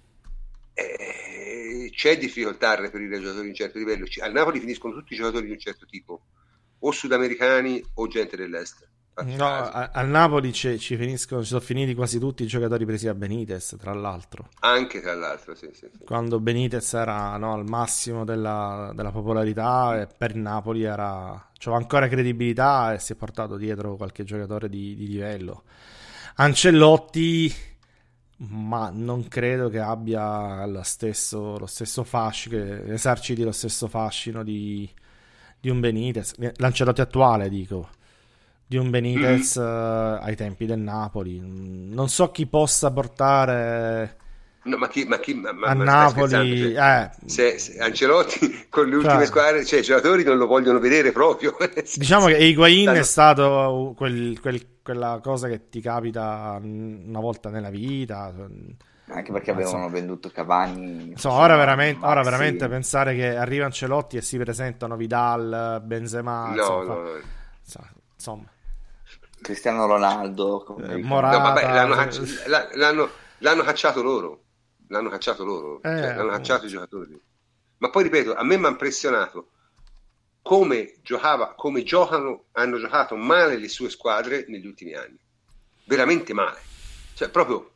E c'è difficoltà a reperire giocatori di un certo livello. Al Napoli finiscono tutti i giocatori di un certo tipo, o sudamericani o gente dell'est. No, a, al Napoli ci, ci finiscono, ci sono finiti quasi tutti i giocatori presi a Benitez, tra l'altro. Anche tra l'altro, sì, sì, sì. Quando Benitez era, no, al massimo della, della popolarità, e per il Napoli era, c'aveva ancora credibilità e si è portato dietro qualche giocatore di, di livello. Ancelotti, ma non credo che abbia lo stesso, lo stesso fascino, che eserciti lo stesso fascino di, di un Benitez, l'Ancelotti attuale dico, di un Benitez mm-hmm. uh, ai tempi del Napoli. Non so chi possa portare no, ma chi, ma chi ma, a ma Napoli, cioè, eh. se, se Ancelotti con le ultime cioè, squadre, cioè i giocatori non lo vogliono vedere proprio. Diciamo che Higuain è stato quel, quel, quella cosa che ti capita una volta nella vita, anche perché avevano venduto Cavani. Insomma, ora veramente, ora veramente pensare che arriva Ancelotti e si presentano Vidal, Benzema, no, insomma, no, no. insomma Cristiano Ronaldo, eh, Morata, no, vabbè, l'hanno, cacci- l'hanno, l'hanno cacciato loro, l'hanno cacciato loro, eh, cioè, l'hanno cacciato i giocatori. Ma poi ripeto, a me mi ha impressionato come giocava, come giocano, hanno giocato male le sue squadre negli ultimi anni, veramente male, cioè proprio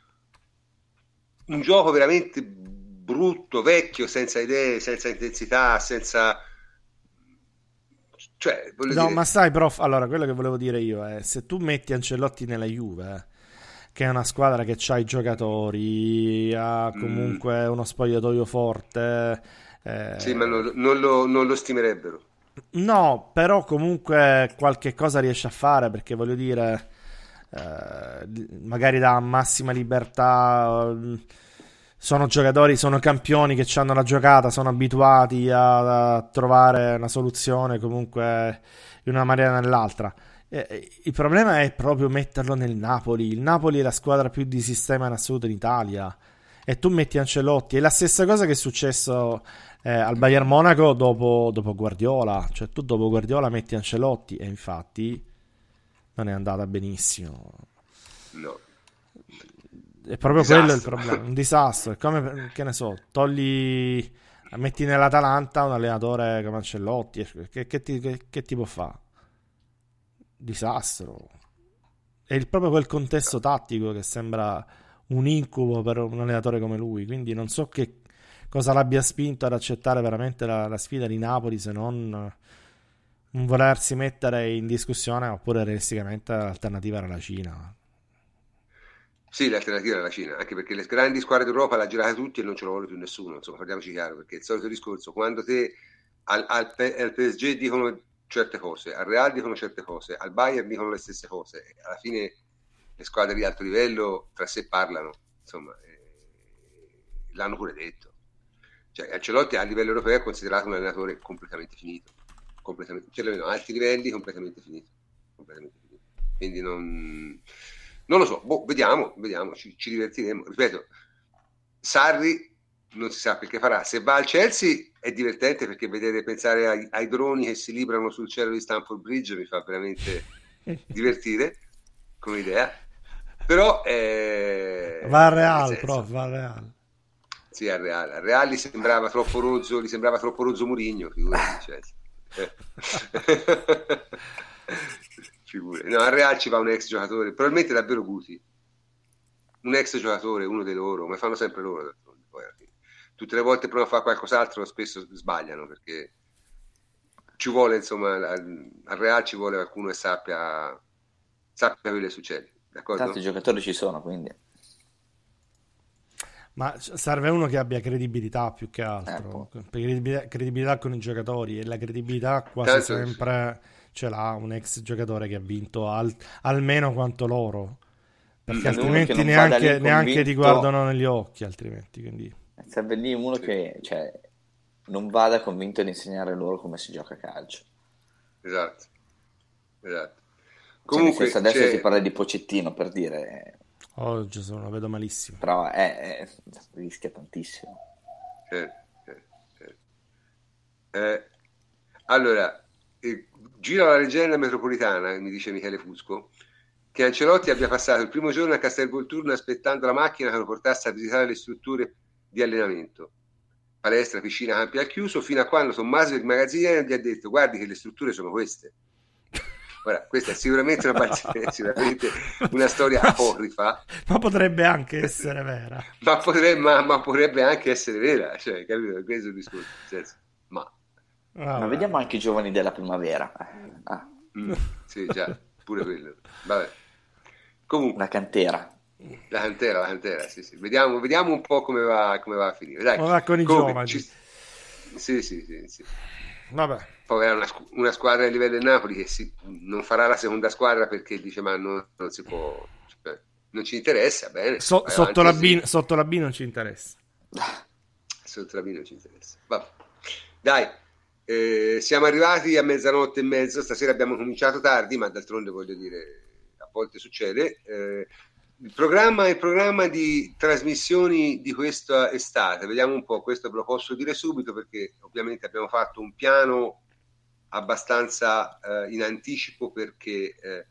un gioco veramente brutto, vecchio, senza idee, senza intensità, senza... Cioè, no, dire... ma sai, prof, allora quello che volevo dire io è, se tu metti Ancelotti nella Juve, che è una squadra che ha i giocatori, ha comunque mm. uno spogliatoio forte, eh... sì, ma non, non, lo, non lo stimerebbero. No, però comunque qualche cosa riesce a fare, perché voglio dire, eh, magari dà massima libertà. Sono giocatori, sono campioni che hanno la giocata, sono abituati a, a trovare una soluzione comunque in una maniera o nell'altra. Eh, il problema è proprio metterlo nel Napoli. Il Napoli è la squadra più di sistema in assoluto in Italia. E tu metti Ancelotti. È la stessa cosa che è successo eh, al Bayern Monaco dopo, dopo Guardiola. Cioè tu dopo Guardiola metti Ancelotti e infatti non è andata benissimo. No. È proprio quello il problema, un disastro. È come, che ne so, togli, metti nell'Atalanta un allenatore come Ancelotti, che, che, ti, che, che ti può fare? Disastro. È il, proprio quel contesto tattico che sembra un incubo per un allenatore come lui, quindi non so che cosa l'abbia spinto ad accettare veramente la, la sfida di Napoli, se non non volersi mettere in discussione, oppure realisticamente l'alternativa era la Cina. Sì, l'alternativa è la Cina, anche perché le grandi squadre d'Europa l'ha girata tutti e non ce lo vuole più nessuno, insomma, parliamoci chiaro, perché è il solito discorso, quando te al, al, al P S G dicono certe cose, al Real dicono certe cose, al Bayern dicono le stesse cose, e alla fine le squadre di alto livello tra sé parlano, insomma, eh, l'hanno pure detto. Cioè, Ancelotti a livello europeo è considerato un allenatore completamente finito, completamente, cioè, no, a alti livelli completamente finito, completamente finito. Quindi non, non lo so, boh, vediamo, vediamo, ci, ci divertiremo. Ripeto, Sarri non si sa perché farà. Se va al Chelsea è divertente, perché vedere, pensare ai, ai droni che si librano sul cielo di Stamford Bridge mi fa veramente divertire come idea. Però eh, va al Real, prof, va al Real. Sì, al Real. Al Real gli sembrava troppo rozzo, gli sembrava troppo rozzo Mourinho, figurati. Cioè. Figurati. No, al Real ci va un ex giocatore, probabilmente davvero Guti. Un ex giocatore, uno dei loro, ma fanno sempre loro. Poi, tutte le volte provano a fare qualcos'altro, spesso sbagliano, perché ci vuole, insomma, al, al Real ci vuole qualcuno che sappia sappia quello che succede, d'accordo? Tanti giocatori ci sono, quindi ma serve uno che abbia credibilità più che altro, eh, credibilità, credibilità con i giocatori, e la credibilità quasi Tanto sempre ce l'ha un ex giocatore che ha vinto al, almeno quanto loro, perché mm, altrimenti neanche, neanche ti guardano negli occhi, altrimenti, quindi serve lì uno sì. che cioè, non vada convinto di insegnare loro come si gioca a calcio. Esatto, esatto. Cioè, comunque adesso c'è... si parla di Pochettino, per dire. Oh Gesù, lo vedo malissimo. Però è, è, rischia tantissimo. Eh, eh, eh. Eh, allora, eh, gira la leggenda metropolitana, mi dice Michele Fusco, che Ancelotti abbia passato il primo giorno a Castelvolturno aspettando la macchina che lo portasse a visitare le strutture di allenamento, palestra, piscina, campi al chiuso, fino a quando Tommaso il magazziniere gli ha detto: guardi che le strutture sono queste. Ora, questa è sicuramente una barzelletta, sicuramente una storia apocrifa, ma potrebbe anche essere vera. ma, potrebbe, ma, ma potrebbe anche essere vera, cioè, capito? Questo è il discorso. Senso, ma... Ah, ma vediamo anche i giovani della primavera. Ah. Mm, sì, già, pure quello. Vabbè. Comunque, la cantera. La cantera, la cantera, sì, sì. Vediamo, vediamo un po' come va, come va a finire. Dai, come va con i comunque, giovani. Ci... Sì, sì, sì, sì. Vabbè. Poi era una, una squadra a livello del Napoli che si, non farà la seconda squadra perché dice ma non, non si può, cioè, non ci interessa, bene. So, sotto, la B, sotto la B non ci interessa. Sotto la B non ci interessa. Vabbè. Dai, eh, siamo arrivati a mezzanotte e mezzo, stasera abbiamo cominciato tardi, ma d'altronde voglio dire, a volte succede. Eh, il programma è il programma di trasmissioni di questa estate, vediamo un po', questo ve lo posso dire subito perché ovviamente abbiamo fatto un piano abbastanza eh, in anticipo, perché eh,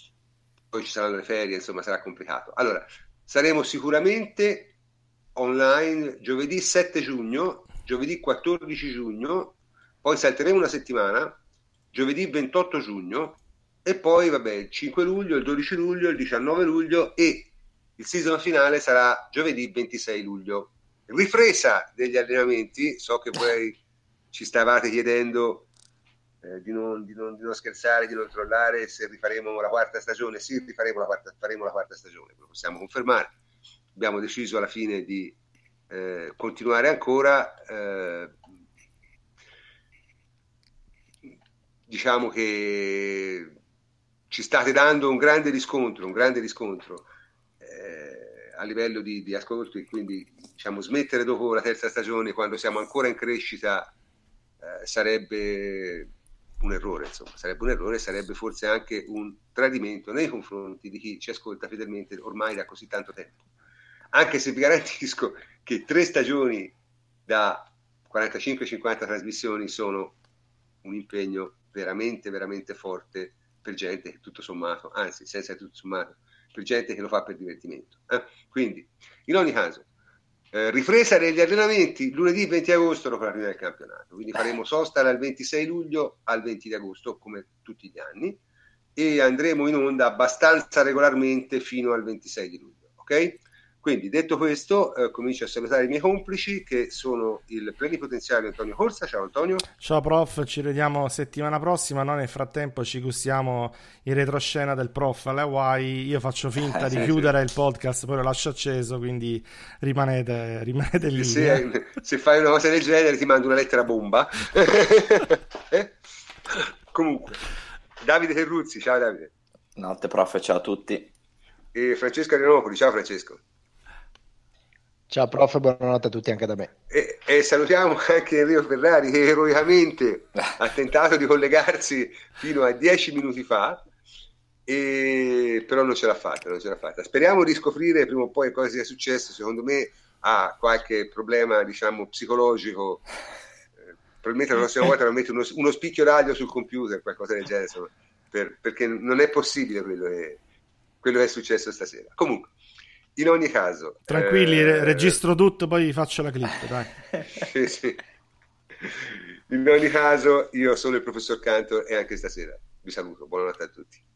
poi ci saranno le ferie, insomma sarà complicato. Allora, saremo sicuramente online giovedì sette giugno, giovedì quattordici giugno, poi salteremo una settimana, giovedì ventotto giugno, e poi vabbè il cinque luglio, il dodici luglio, il diciannove luglio, e il season finale sarà giovedì ventisei luglio. Ripresa degli allenamenti, so che voi ci stavate chiedendo eh, di, non, di, non, di non scherzare, di non trollare, se rifaremo la quarta stagione. Sì, rifaremo la quarta, faremo la quarta stagione, lo possiamo confermare. Abbiamo deciso alla fine di eh, continuare ancora. Eh, diciamo che ci state dando un grande riscontro, un grande riscontro eh, a livello di, di ascolto, e quindi diciamo smettere dopo la terza stagione, quando siamo ancora in crescita, eh, sarebbe un errore, insomma, sarebbe un errore, sarebbe forse anche un tradimento nei confronti di chi ci ascolta fedelmente ormai da così tanto tempo. Anche se vi garantisco che tre stagioni da quarantacinque cinquanta trasmissioni sono un impegno veramente, veramente forte per gente che tutto sommato, anzi senza tutto sommato, per gente che lo fa per divertimento. Eh? Quindi, in ogni caso, eh, ripresa degli allenamenti lunedì venti agosto dopo la prima del campionato, quindi faremo sosta dal ventisei luglio al venti di agosto come tutti gli anni, e andremo in onda abbastanza regolarmente fino al ventisei di luglio, ok? Quindi, detto questo, eh, comincio a salutare i miei complici, che sono il plenipotenziario Antonio Corsa. Ciao Antonio. Ciao prof, ci vediamo settimana prossima. Noi nel frattempo ci gustiamo in retroscena del prof alle Hawaii. Io faccio finta di chiudere il podcast, poi lo lascio acceso, quindi rimanete, rimanete lì. Se, eh. se fai una cosa del genere ti mando una lettera bomba. eh? Comunque Davide Terruzzi, ciao Davide. Notte prof, ciao a tutti. E Francesco Arianopoli, ciao Francesco. Ciao prof, buonanotte a tutti anche da me. E, e salutiamo anche Enrico Ferrari che eroicamente ha tentato di collegarsi fino a dieci minuti fa, e però non ce l'ha fatta, non ce l'ha fatta. Speriamo di scoprire prima o poi cosa sia successo. Secondo me ha qualche problema, diciamo, psicologico. Eh, probabilmente la prossima volta mette uno, uno spicchio radio sul computer, qualcosa del genere, insomma, per, perché non è possibile quello che, quello che è successo stasera. Comunque, in ogni caso, tranquilli, eh, registro tutto, poi vi faccio la clip, dai. sì, sì. In ogni caso, io sono il professor Cantor e anche stasera vi saluto. Buonanotte a tutti.